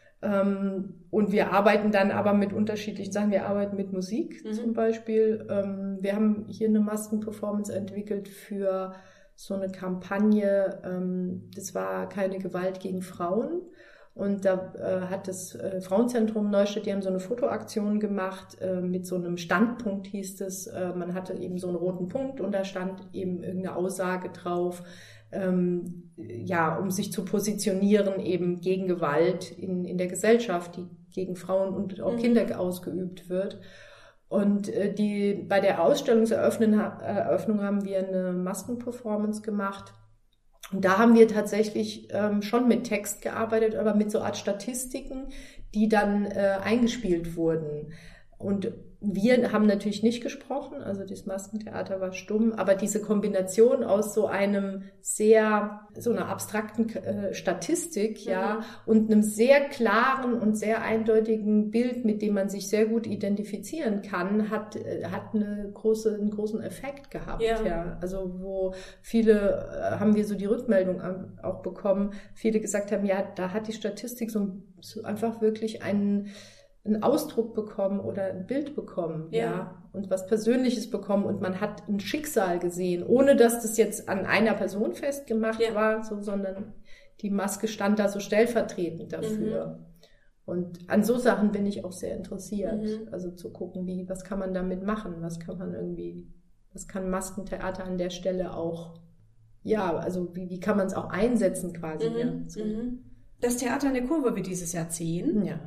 Ähm, und wir arbeiten dann aber mit unterschiedlichen Sachen. Wir arbeiten mit Musik Mhm. zum Beispiel. Ähm, wir haben hier eine Maskenperformance entwickelt für so eine Kampagne. Ähm, das war keine Gewalt gegen Frauen. Und da äh, hat das äh, Frauenzentrum Neustadt, die haben so eine Fotoaktion gemacht, äh, mit so einem Standpunkt hieß es. Äh, man hatte eben so einen roten Punkt und da stand eben irgendeine Aussage drauf, ähm, ja, um sich zu positionieren eben gegen Gewalt in, in der Gesellschaft, die gegen Frauen und auch Mhm. Kinder ausgeübt wird. Und äh, die bei der Ausstellungseröffnung Eröffnung haben wir eine Maskenperformance gemacht. Und da haben wir tatsächlich ähm, schon mit Text gearbeitet, aber mit so Art Statistiken, die dann äh, eingespielt wurden. Und wir haben natürlich nicht gesprochen, also das Maskentheater war stumm, aber diese Kombination aus so einem sehr, so einer abstrakten äh, Statistik, Mhm. ja, und einem sehr klaren und sehr eindeutigen Bild, mit dem man sich sehr gut identifizieren kann, hat, äh, hat eine große, einen großen Effekt gehabt, Ja. ja. Also wo viele, äh, haben wir so die Rückmeldung an, auch bekommen, viele gesagt haben, ja, da hat die Statistik so, so einfach wirklich einen, einen Ausdruck bekommen oder ein Bild bekommen, Ja. ja, und was Persönliches bekommen und man hat ein Schicksal gesehen, ohne dass das jetzt an einer Person festgemacht Ja. war, so, sondern die Maske stand da so stellvertretend dafür. Und an so Sachen bin ich auch sehr interessiert, Mhm. also zu gucken, wie, was kann man damit machen, was kann man irgendwie, was kann Maskentheater an der Stelle auch, ja, also wie, wie kann man es auch einsetzen quasi, Mhm. ja. So. Mhm. Das Theater in der Kurve wird dieses Jahr zehn. Ja.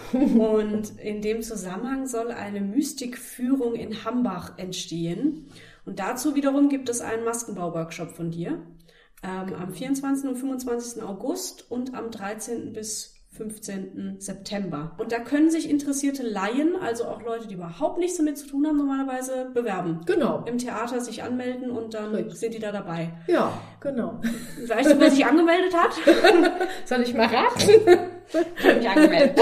Und in dem Zusammenhang soll eine Mystikführung in Hambach entstehen. Und dazu wiederum gibt es einen Maskenbau-Workshop von dir. Ähm, Genau. Am vierundzwanzigsten und fünfundzwanzigsten August und am dreizehnten bis fünfzehnten September. Und da können sich interessierte Laien, also auch Leute, die überhaupt nichts damit zu tun haben, normalerweise bewerben. Genau. Im Theater sich anmelden und dann Richtig. sind die da dabei. Ja, genau. Weißt du, wer sich angemeldet hat? Soll ich mal raten? Ich habe mich angemeldet.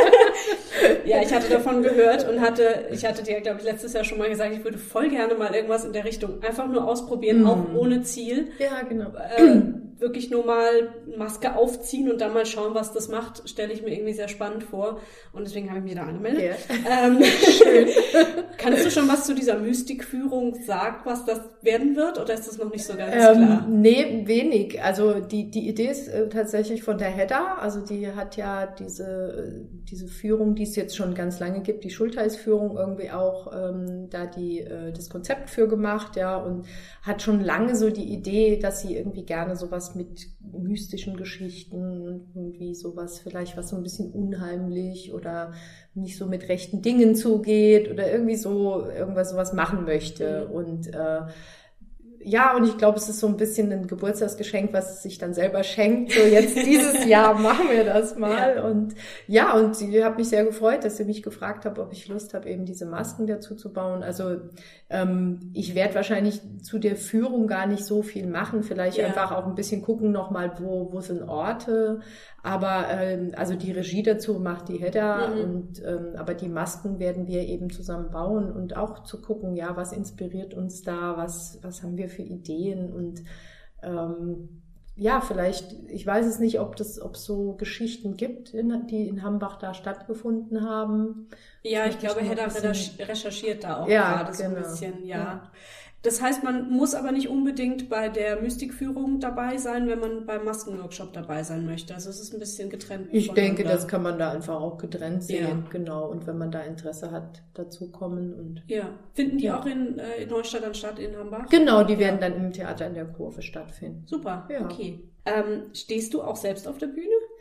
Ja, ich hatte davon gehört und hatte, ich hatte dir, glaube ich, letztes Jahr schon mal gesagt, ich würde voll gerne mal irgendwas in der Richtung einfach nur ausprobieren, Mhm. auch ohne Ziel. Ja, genau. Äh, wirklich nur mal Maske aufziehen und dann mal schauen, was das macht, stelle ich mir irgendwie sehr spannend vor. Und deswegen habe ich mich da angemeldet. Ja. Ähm, Schön. Kannst du schon was zu dieser Mystikführung sagen, was das werden wird? Oder ist das noch nicht so ganz klar? Ähm, nee, wenig. Also die, die Idee ist äh, tatsächlich von der Hedda. Also die hat ja diese, diese Führung, die es jetzt schon ganz lange gibt, die Schultheißführung irgendwie auch ähm, da die äh, das Konzept für gemacht, ja, und hat schon lange so die Idee, dass sie irgendwie gerne sowas mit mystischen Geschichten, irgendwie sowas vielleicht, was so ein bisschen unheimlich oder nicht so mit rechten Dingen zugeht oder irgendwie so irgendwas sowas machen möchte. Mhm. Und äh, ja, und ich glaube, es ist so ein bisschen ein Geburtstagsgeschenk, was es sich dann selber schenkt. So jetzt dieses Jahr machen wir das mal. Ja. Und ja, und sie hat mich sehr gefreut, dass sie mich gefragt hat, ob ich Lust habe, eben diese Masken dazu zu bauen. Also ähm, ich werde wahrscheinlich zu der Führung gar nicht so viel machen. Vielleicht Ja. einfach auch ein bisschen gucken nochmal, wo, wo sind Orte. Aber ähm, also die Regie dazu macht die Hedda Mhm. und ähm, aber die Masken werden wir eben zusammen bauen und auch zu gucken, ja, was inspiriert uns da, was was haben wir für Ideen und ähm, ja, vielleicht, ich weiß es nicht, ob das, ob es so Geschichten gibt, in, die in Hambach da stattgefunden haben. Ja, ich Muss glaube, noch Hedda ein bisschen- recherchiert da auch Ja, gerade so ein genau. bisschen, ja. Ja. Das heißt, man muss aber nicht unbedingt bei der Mystikführung dabei sein, wenn man beim Maskenworkshop dabei sein möchte. Also es ist ein bisschen getrennt. Ich denke, voneinander. das kann man da einfach auch getrennt sehen, Ja. genau. Und wenn man da Interesse hat, dazu kommen und Ja. Finden die Ja. auch in, äh, in Neustadt dann statt, in Hambach? genau, die werden dann im Theater in der Kurve stattfinden. Super, Ja. okay. Ähm, stehst du auch selbst auf der Bühne?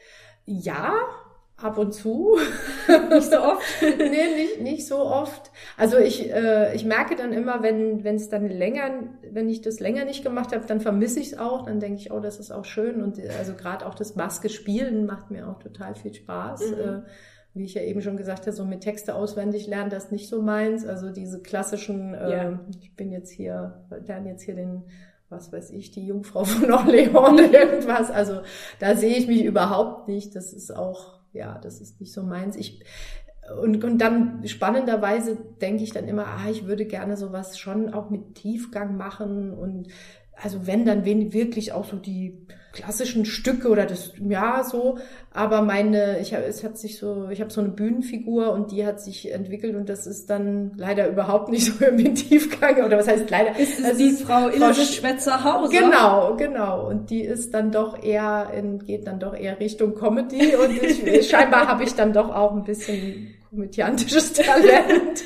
Ja, ab und zu. Nicht so oft? Nee, nicht, nicht so oft. Also ich, äh, ich merke dann immer, wenn wenn es dann länger, wenn ich das länger nicht gemacht habe, dann vermisse ich es auch. Dann denke ich, oh, das ist auch schön. Und also gerade auch das Maske-Spielen macht mir auch total viel Spaß. Mhm. Äh, wie ich ja eben schon gesagt habe, so mit Texte auswendig lernen, das ist nicht so meins. Also diese klassischen, äh, ja. ich bin jetzt hier, lerne jetzt hier den, was weiß ich, die Jungfrau von Orleans oder irgendwas. Also da sehe ich mich überhaupt nicht. Das ist auch, ja, das ist nicht so meins. Ich, und, und dann spannenderweise denke ich dann immer, ah, ich würde gerne sowas schon auch mit Tiefgang machen und also wenn, dann wirklich auch so die klassischen Stücke oder das, ja, so, aber meine, ich habe, es hat sich so, ich habe so eine Bühnenfigur und die hat sich entwickelt und das ist dann leider überhaupt nicht so im Tiefgang, oder was heißt leider? Ist es die ist Frau Ilse Schwetzer-Hauser? Genau, genau, und die ist dann doch eher, in, geht dann doch eher Richtung Comedy und ich, scheinbar habe ich dann doch auch ein bisschen komödiantisches Talent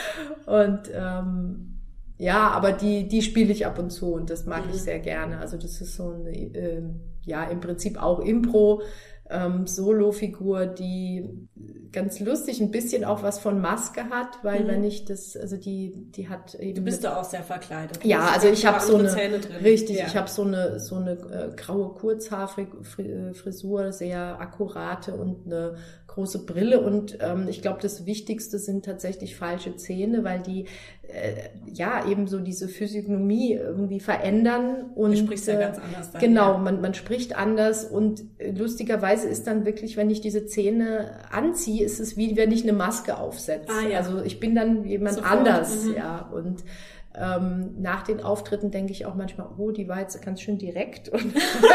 und, ähm, ja, aber die die spiele ich ab und zu und das mag mhm. ich sehr gerne. Also das ist so eine, äh, ja, im Prinzip auch Impro, ähm, Solo-Figur, die ganz lustig, ein bisschen auch was von Maske hat, weil mhm. wenn ich das, also die die hat eben... Du bist da auch sehr verkleidet. Ja, also ich habe so eine... Zähne drin. Richtig, ja. ich habe so eine so eine äh, graue Kurzhaarfrisur, sehr akkurate und eine große Brille und ähm, ich glaube, das Wichtigste sind tatsächlich falsche Zähne, weil die äh, ja eben so diese Physiognomie irgendwie verändern. Und du sprichst ja ganz anders dann. Genau, ja. man, man spricht anders und äh, lustigerweise ist dann wirklich, wenn ich diese Zähne anziehe, ist es wie wenn ich eine Maske aufsetze. Ah, ja. Also ich bin dann jemand Sofort. anders, Mhm. ja, und Ähm, nach den Auftritten denke ich auch manchmal, oh, die war jetzt ganz schön direkt und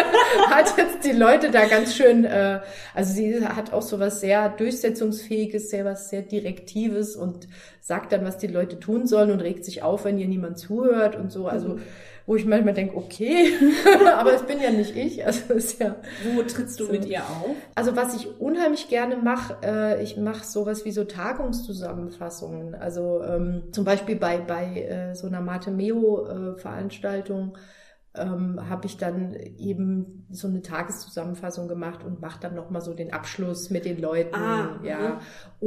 hat jetzt die Leute da ganz schön, äh, also sie hat auch so was sehr Durchsetzungsfähiges, sehr was sehr Direktives und sagt dann, was die Leute tun sollen und regt sich auf, wenn ihr niemand zuhört und so, also mhm. wo ich manchmal denke, okay, aber es bin ja nicht ich, also ist ja... Wo trittst du so mit ihr auf? Also was ich unheimlich gerne mache, äh, ich mache sowas wie so Tagungszusammenfassungen, also ähm, zum Beispiel bei bei äh, so einer Mate-Meo-Veranstaltung ähm, habe ich dann eben so eine Tageszusammenfassung gemacht und mache dann nochmal so den Abschluss mit den Leuten. Ah, ja. mhm.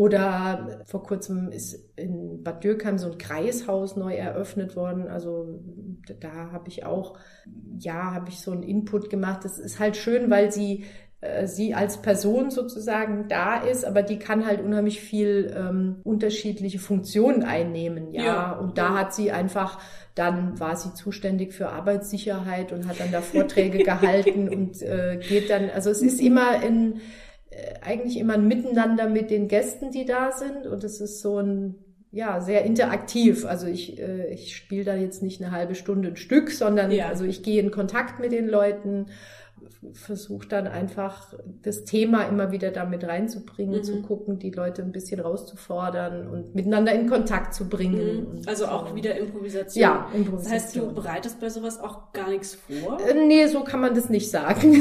Oder vor kurzem ist in Bad Dürkheim so ein Kreishaus neu eröffnet worden. Also da habe ich auch, ja, habe ich so einen Input gemacht. Das ist halt schön, weil sie sie als Person sozusagen da ist, aber die kann halt unheimlich viel ähm, unterschiedliche Funktionen einnehmen, ja. ja. Und da hat sie einfach, dann war sie zuständig für Arbeitssicherheit und hat dann da Vorträge gehalten und äh, geht dann, also es ist immer in, äh, eigentlich immer ein Miteinander mit den Gästen, die da sind und es ist so ein, ja, sehr interaktiv. Also ich, äh, ich spiele da jetzt nicht eine halbe Stunde ein Stück, sondern ja. also ich gehe in Kontakt mit den Leuten, versuche dann einfach das Thema immer wieder damit reinzubringen, mhm. zu gucken, die Leute ein bisschen rauszufordern und miteinander in Kontakt zu bringen. Mhm. Also auch so. Wieder Improvisation. Ja, Improvisation. Das heißt, du bereitest bei sowas auch gar nichts vor? Äh, nee, so kann man das nicht sagen.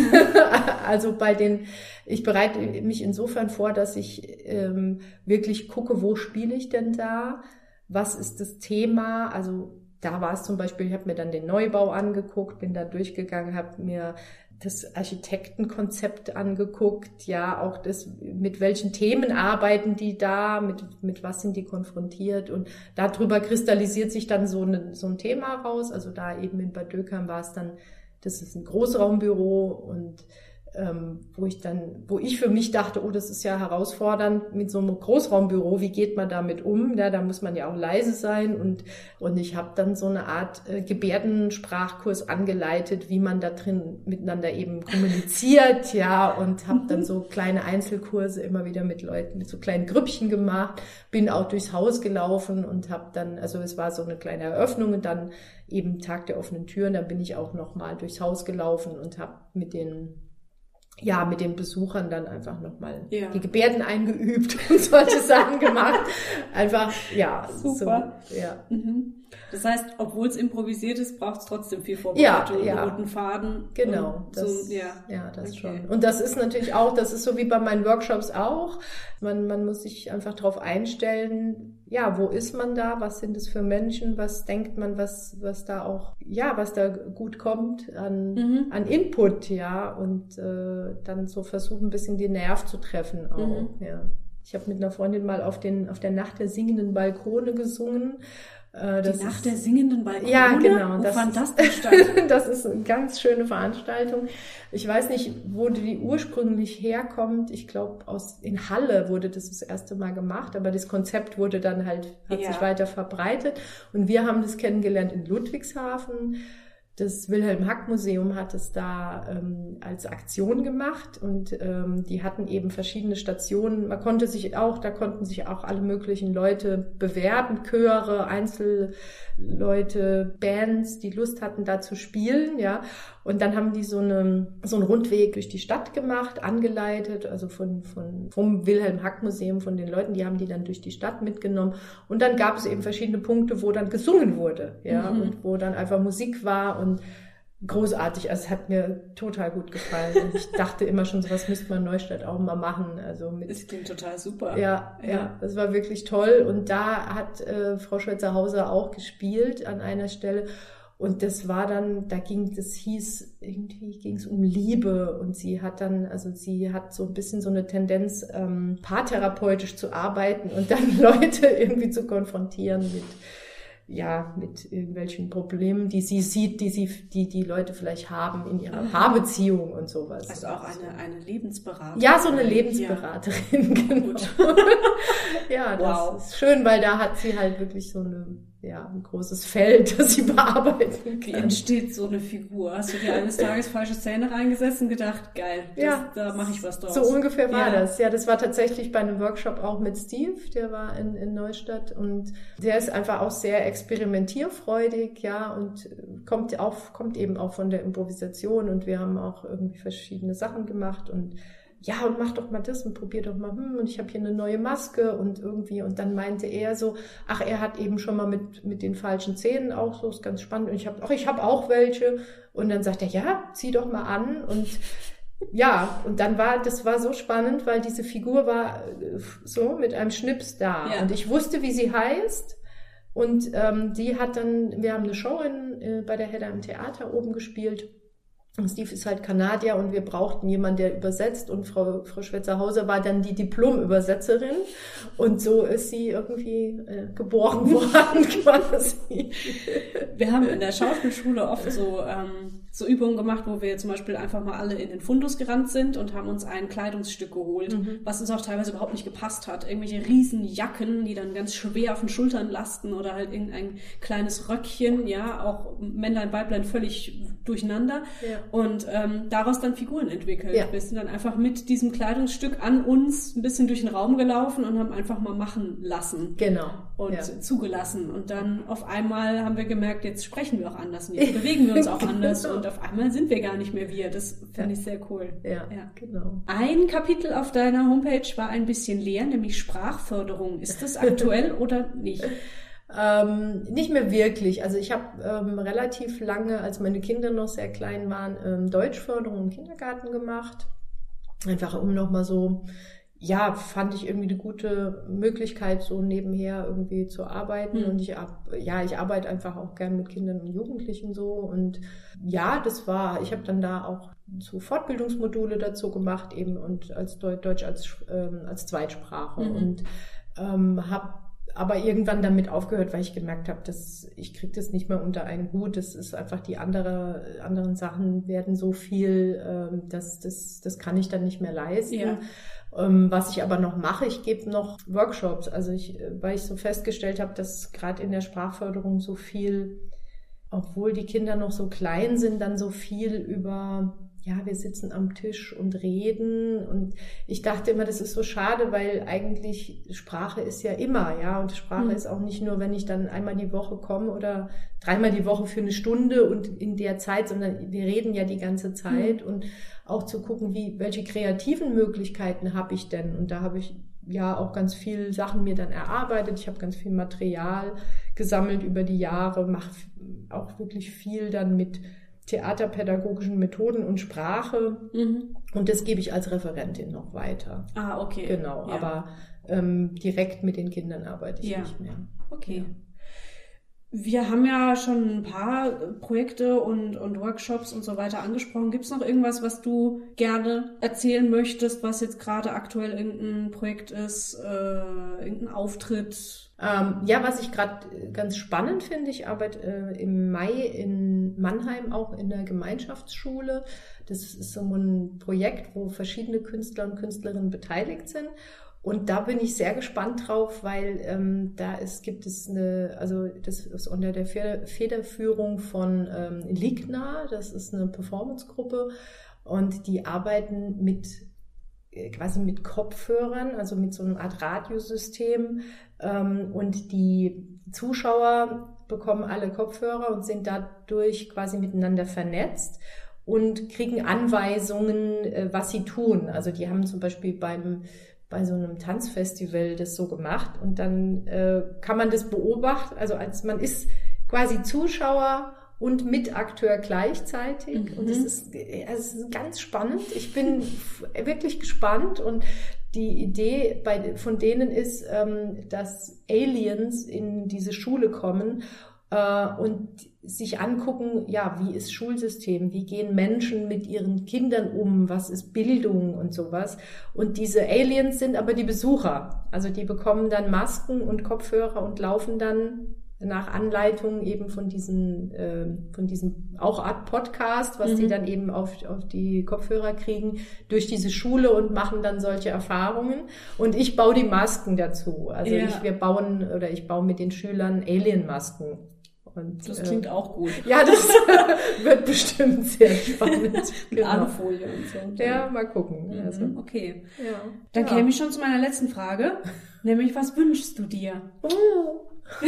Also bei den, ich bereite mich insofern vor, dass ich ähm, wirklich gucke, wo spiele ich denn da? Was ist das Thema? Also da war es zum Beispiel, ich habe mir dann den Neubau angeguckt, bin da durchgegangen, habe mir das Architektenkonzept angeguckt, ja, auch das, mit welchen Themen arbeiten die da, mit, mit was sind die konfrontiert und darüber kristallisiert sich dann so, eine, so ein Thema raus, also da eben in Bad Dürkheim war es dann, das ist ein Großraumbüro und ähm, wo ich dann, wo ich für mich dachte, oh, das ist ja herausfordernd mit so einem Großraumbüro, wie geht man damit um? Ja, da muss man ja auch leise sein und und ich habe dann so eine Art äh, Gebärdensprachkurs angeleitet, wie man da drin miteinander eben kommuniziert, ja, und habe dann so kleine Einzelkurse immer wieder mit Leuten, mit so kleinen Grüppchen gemacht, bin auch durchs Haus gelaufen und habe dann, also es war so eine kleine Eröffnung und dann eben Tag der offenen Türen, dann bin ich auch nochmal durchs Haus gelaufen und habe mit den ja, mit den Besuchern dann einfach nochmal ja. die Gebärden eingeübt und solche Sachen gemacht. Einfach, ja. Super. So, ja. Mhm. Das heißt, obwohl es improvisiert ist, braucht es trotzdem viel Vorbereitung, ja, ja. einen roten Faden. Genau. Das, so, ja. ja, das okay. schon. Und das ist natürlich auch, das ist so wie bei meinen Workshops auch. Man, man muss sich einfach darauf einstellen, ja, wo ist man da? Was sind es für Menschen? Was denkt man, was, was da auch, ja, was da gut kommt an, mhm. an Input, ja, und äh, dann so versuchen, ein bisschen den Nerv zu treffen auch, mhm. ja. Ich habe mit einer Freundin mal auf den, auf der Nacht der singenden Balkone gesungen. Das die Nacht ist, der singenden Balkone? Ja, genau. Wo das fand ist, das denn statt? Das ist eine ganz schöne Veranstaltung. Ich weiß nicht, wo die ursprünglich herkommt. Ich glaube, aus in Halle wurde das das erste Mal gemacht, aber das Konzept wurde dann halt, hat ja. sich weiter verbreitet. Und wir haben das kennengelernt in Ludwigshafen. Das Wilhelm-Hack-Museum hat es da ähm, als Aktion gemacht und ähm, die hatten eben verschiedene Stationen. Man konnte sich auch, da konnten sich auch alle möglichen Leute bewerben, Chöre, Einzelleute, Bands, die Lust hatten, da zu spielen, ja. Und dann haben die so eine so einen Rundweg durch die Stadt gemacht, angeleitet, also von von vom Wilhelm-Hack-Museum, von den Leuten, die haben die dann durch die Stadt mitgenommen. Und dann gab es eben verschiedene Punkte, wo dann gesungen wurde, ja, mhm. und wo dann einfach Musik war und großartig. Also es hat mir total gut gefallen. Und ich dachte immer schon, sowas müsste man in Neustadt auch mal machen. Also mit, das klingt total super. Ja, ja, ja, das war wirklich toll. Und da hat äh, Frau Schweitzer-Hauser auch gespielt an einer Stelle. Und das war dann, da ging, das hieß, irgendwie ging es um Liebe und sie hat dann, also sie hat so ein bisschen so eine Tendenz, ähm, paartherapeutisch zu arbeiten und dann Leute irgendwie zu konfrontieren mit, ja, mit irgendwelchen Problemen, die sie sieht, die sie, die die Leute vielleicht haben in ihrer Paarbeziehung und sowas. Also auch eine, eine Lebensberaterin. Ja, so eine Lebensberaterin, ja. Genau. Ja, das wow. ist schön, weil da hat sie halt wirklich so eine, ja, ein großes Feld, das sie bearbeiten kann. Wie entsteht so eine Figur? Hast du dir eines Tages falsche Zähne reingesetzt und gedacht, geil, das, ja, da mache ich was draus? So ungefähr war ja. das. Ja, das war tatsächlich bei einem Workshop auch mit Steve, der war in, in Neustadt und der ist einfach auch sehr experimentierfreudig, ja, und kommt auch, kommt eben auch von der Improvisation und wir haben auch irgendwie verschiedene Sachen gemacht und ja, und mach doch mal das und probier doch mal, hm, und ich habe hier eine neue Maske und irgendwie, und dann meinte er so, ach, er hat eben schon mal mit mit den falschen Zähnen auch so, ist ganz spannend, und ich habe, ach, ich habe auch welche, und dann sagt er, ja, zieh doch mal an, und ja, und dann war, das war so spannend, weil diese Figur war so mit einem Schnips da, ja. Und ich wusste, wie sie heißt, und ähm, die hat dann, wir haben eine Show in, äh, bei der Hedda im Theater oben gespielt. Und Steve ist halt Kanadier und wir brauchten jemanden, der übersetzt, und Frau, Frau Schweitzer-Hauser war dann die Diplom-Übersetzerin und so ist sie irgendwie äh, geboren worden quasi. Wir haben in der Schauspielschule oft so, ähm, so Übungen gemacht, wo wir zum Beispiel einfach mal alle in den Fundus gerannt sind und haben uns ein Kleidungsstück geholt, mhm. was uns auch teilweise überhaupt nicht gepasst hat. Irgendwelche riesen Jacken, die dann ganz schwer auf den Schultern lasten oder halt irgendein kleines Röckchen, ja, auch Männlein, Weiblein völlig durcheinander. Ja. Und ähm, daraus dann Figuren entwickelt. Ja. Wir sind dann einfach mit diesem Kleidungsstück an uns ein bisschen durch den Raum gelaufen und haben einfach mal machen lassen. Genau. Und ja. zugelassen. Und dann auf einmal haben wir gemerkt, jetzt sprechen wir auch anders und jetzt bewegen wir uns auch anders. Genau. Und auf einmal sind wir gar nicht mehr wir. Das finde ja. ich sehr cool. Ja, ja, genau. Ein Kapitel auf deiner Homepage war ein bisschen leer, nämlich Sprachförderung. Ist das aktuell oder nicht? Ähm, nicht mehr wirklich. Also ich habe ähm, relativ lange, als meine Kinder noch sehr klein waren, ähm, Deutschförderung im Kindergarten gemacht. Einfach um nochmal so, ja, fand ich irgendwie eine gute Möglichkeit, so nebenher irgendwie zu arbeiten. Mhm. Und ich ab, ja, ich arbeite einfach auch gern mit Kindern und Jugendlichen so. Und ja, das war, ich habe dann da auch so Fortbildungsmodule dazu gemacht, eben, und als Deutsch als, ähm, als Zweitsprache. Mhm. Und ähm, habe aber irgendwann damit aufgehört, weil ich gemerkt habe, dass ich kriege das nicht mehr unter einen Hut. Das ist einfach, die andere, anderen Sachen werden so viel, ähm, dass das, das kann ich dann nicht mehr leisten. Ja. Ähm, was ich aber noch mache, ich gebe noch Workshops. Also ich, weil ich so festgestellt habe, dass gerade in der Sprachförderung so viel, obwohl die Kinder noch so klein sind, dann so viel über, ja, wir sitzen am Tisch und reden, und ich dachte immer, das ist so schade, weil eigentlich Sprache ist ja immer, ja, und Sprache mhm. ist auch nicht nur, wenn ich dann einmal die Woche komme oder dreimal die Woche für eine Stunde und in der Zeit, sondern wir reden ja die ganze Zeit, mhm. und auch zu gucken, wie, welche kreativen Möglichkeiten habe ich denn, und da habe ich ja auch ganz viel Sachen mir dann erarbeitet, ich habe ganz viel Material gesammelt über die Jahre, mache auch wirklich viel dann mit theaterpädagogischen Methoden und Sprache, mhm. und das gebe ich als Referentin noch weiter. Ah, okay. Genau, ja. aber ähm, direkt mit den Kindern arbeite ich ja. nicht mehr. Okay. Ja. Wir haben ja schon ein paar Projekte und, und Workshops und so weiter angesprochen. Gibt es noch irgendwas, was du gerne erzählen möchtest, was jetzt gerade aktuell irgendein Projekt ist, äh, irgendein Auftritt? Ähm, ja, was ich gerade ganz spannend finde, ich arbeite äh, im Mai in Mannheim auch in der Gemeinschaftsschule. Das ist so ein Projekt, wo verschiedene Künstler und Künstlerinnen beteiligt sind. Und da bin ich sehr gespannt drauf, weil ähm, da ist, gibt es eine, also das ist unter der Federführung von ähm, Ligna, das ist eine Performance-Gruppe und die arbeiten mit quasi mit Kopfhörern, also mit so einer Art Radiosystem ähm, und die Zuschauer bekommen alle Kopfhörer und sind dadurch quasi miteinander vernetzt und kriegen Anweisungen, äh, was sie tun. Also die haben zum Beispiel beim bei so einem Tanzfestival das so gemacht und dann äh, kann man das beobachten, also als man ist quasi Zuschauer und Mitakteur gleichzeitig mhm. und das ist, also es ist ganz spannend. Ich bin wirklich gespannt und die Idee bei, von denen ist, ähm, dass Aliens in diese Schule kommen äh, und sich angucken, ja, wie ist Schulsystem, wie gehen Menschen mit ihren Kindern um, was ist Bildung und sowas. Und diese Aliens sind aber die Besucher. Also die bekommen dann Masken und Kopfhörer und laufen dann nach Anleitung eben von diesen, äh, von diesem auch Art Podcast, was mhm. die dann eben auf, auf die Kopfhörer kriegen, durch diese Schule und machen dann solche Erfahrungen. Und ich baue die Masken dazu. Also ja. ich, wir bauen oder ich baue mit den Schülern Alien-Masken. Und, das klingt äh, auch gut. Ja, das wird bestimmt sehr spannend. Genau. Alufolie und so. Ja, mal gucken. Mhm, also. Okay. Ja. Dann ja. käme ich schon zu meiner letzten Frage, nämlich was wünschst du dir? Oh.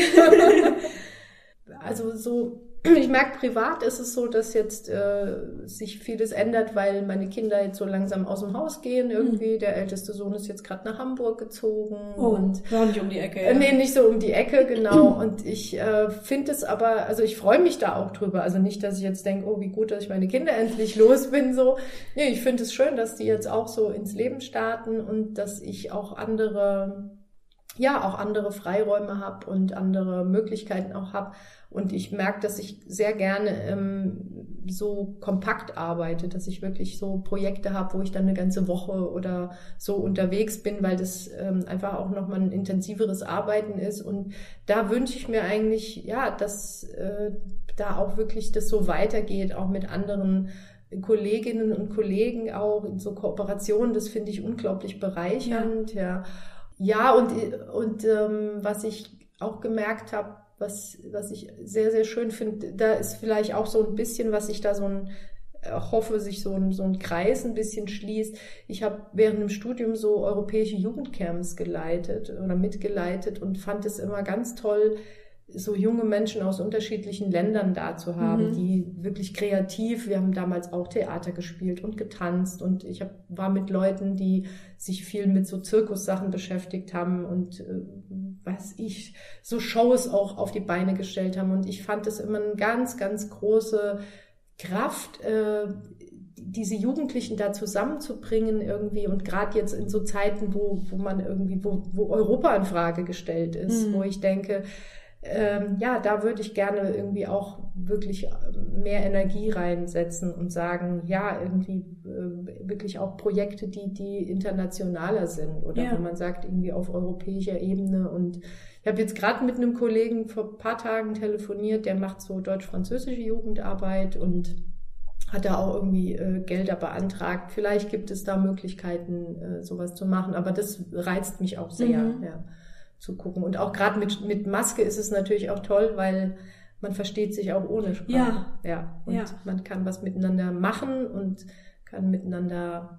Also so, ich merke, privat ist es so, dass jetzt äh, sich vieles ändert, weil meine Kinder jetzt so langsam aus dem Haus gehen. Irgendwie, mhm. der älteste Sohn ist jetzt gerade nach Hamburg gezogen. Oh, und war nicht um die Ecke. Ja. Äh, nee, nicht so um die Ecke, genau. Und ich äh, finde es aber, also ich freue mich da auch drüber. Also nicht, dass ich jetzt denke, oh, wie gut, dass ich meine Kinder endlich los bin. So, nee, ich finde es schön, dass die jetzt auch so ins Leben starten und dass ich auch andere... ja, auch andere Freiräume habe und andere Möglichkeiten auch habe. Und ich merke, dass ich sehr gerne ähm, so kompakt arbeite, dass ich wirklich so Projekte habe, wo ich dann eine ganze Woche oder so unterwegs bin, weil das ähm, einfach auch nochmal ein intensiveres Arbeiten ist. Und da wünsche ich mir eigentlich, ja, dass äh, da auch wirklich das so weitergeht, auch mit anderen Kolleginnen und Kollegen auch in so Kooperationen. Das finde ich unglaublich bereichernd, ja. ja. Ja, und, und ähm, was ich auch gemerkt habe, was, was ich sehr, sehr schön finde, da ist vielleicht auch so ein bisschen, was ich da so ein, äh, hoffe, sich so ein, so ein Kreis ein bisschen schließt. Ich habe während dem Studium so europäische Jugendcamps geleitet oder mitgeleitet und fand es immer ganz toll, so junge Menschen aus unterschiedlichen Ländern da zu haben, mhm. die wirklich kreativ, wir haben damals auch Theater gespielt und getanzt und ich hab, war mit Leuten, die sich viel mit so Zirkussachen beschäftigt haben und äh, was ich, so Shows auch auf die Beine gestellt haben und ich fand es immer eine ganz, ganz große Kraft, äh, diese Jugendlichen da zusammenzubringen irgendwie und gerade jetzt in so Zeiten, wo, wo man irgendwie, wo, wo Europa in Frage gestellt ist, mhm. wo ich denke, Ähm, ja, da würde ich gerne irgendwie auch wirklich mehr Energie reinsetzen und sagen, ja, irgendwie äh, wirklich auch Projekte, die, die internationaler sind oder ja. wo man sagt, irgendwie auf europäischer Ebene. Und ich habe jetzt gerade mit einem Kollegen vor ein paar Tagen telefoniert, der macht so deutsch-französische Jugendarbeit und hat da auch irgendwie äh, Gelder beantragt. Vielleicht gibt es da Möglichkeiten, äh, sowas zu machen, aber das reizt mich auch sehr, mhm. ja. zu gucken. Und auch gerade mit, mit Maske ist es natürlich auch toll, weil man versteht sich auch ohne Sprache. Ja. Ja. Und ja. man kann was miteinander machen und kann miteinander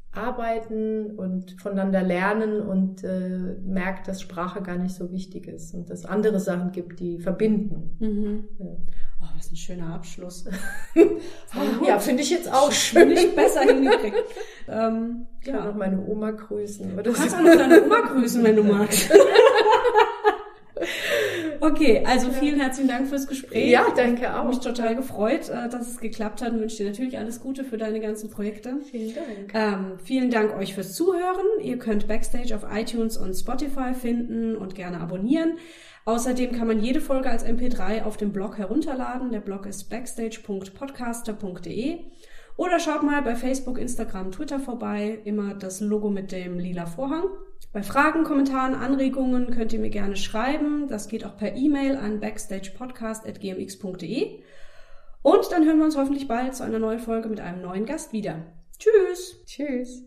arbeiten und voneinander lernen und äh, merkt, dass Sprache gar nicht so wichtig ist und dass andere Sachen gibt, die verbinden. Mhm. Ja. Oh, was ein schöner Abschluss. Ja, finde ich jetzt auch schön. Finde ich besser hingekriegt. ähm, ich kann auch meine Oma grüßen. Oder du kannst so. auch noch deine Oma grüßen, wenn du magst. Okay, also vielen herzlichen Dank fürs Gespräch. Ja, danke auch. Ich habe mich total gefreut, dass es geklappt hat und wünsche dir natürlich alles Gute für deine ganzen Projekte. Vielen Dank. Ähm, vielen Dank euch fürs Zuhören. Ihr könnt Backstage auf iTunes und Spotify finden und gerne abonnieren. Außerdem kann man jede Folge als M P drei auf dem Blog herunterladen. Der Blog ist backstage punkt podcaster punkt de. Oder schaut mal bei Facebook, Instagram, Twitter vorbei. Immer das Logo mit dem lila Vorhang. Bei Fragen, Kommentaren, Anregungen könnt ihr mir gerne schreiben. Das geht auch per E-Mail an backstagepodcast at g m x punkt de. Und dann hören wir uns hoffentlich bald zu einer neuen Folge mit einem neuen Gast wieder. Tschüss! Tschüss!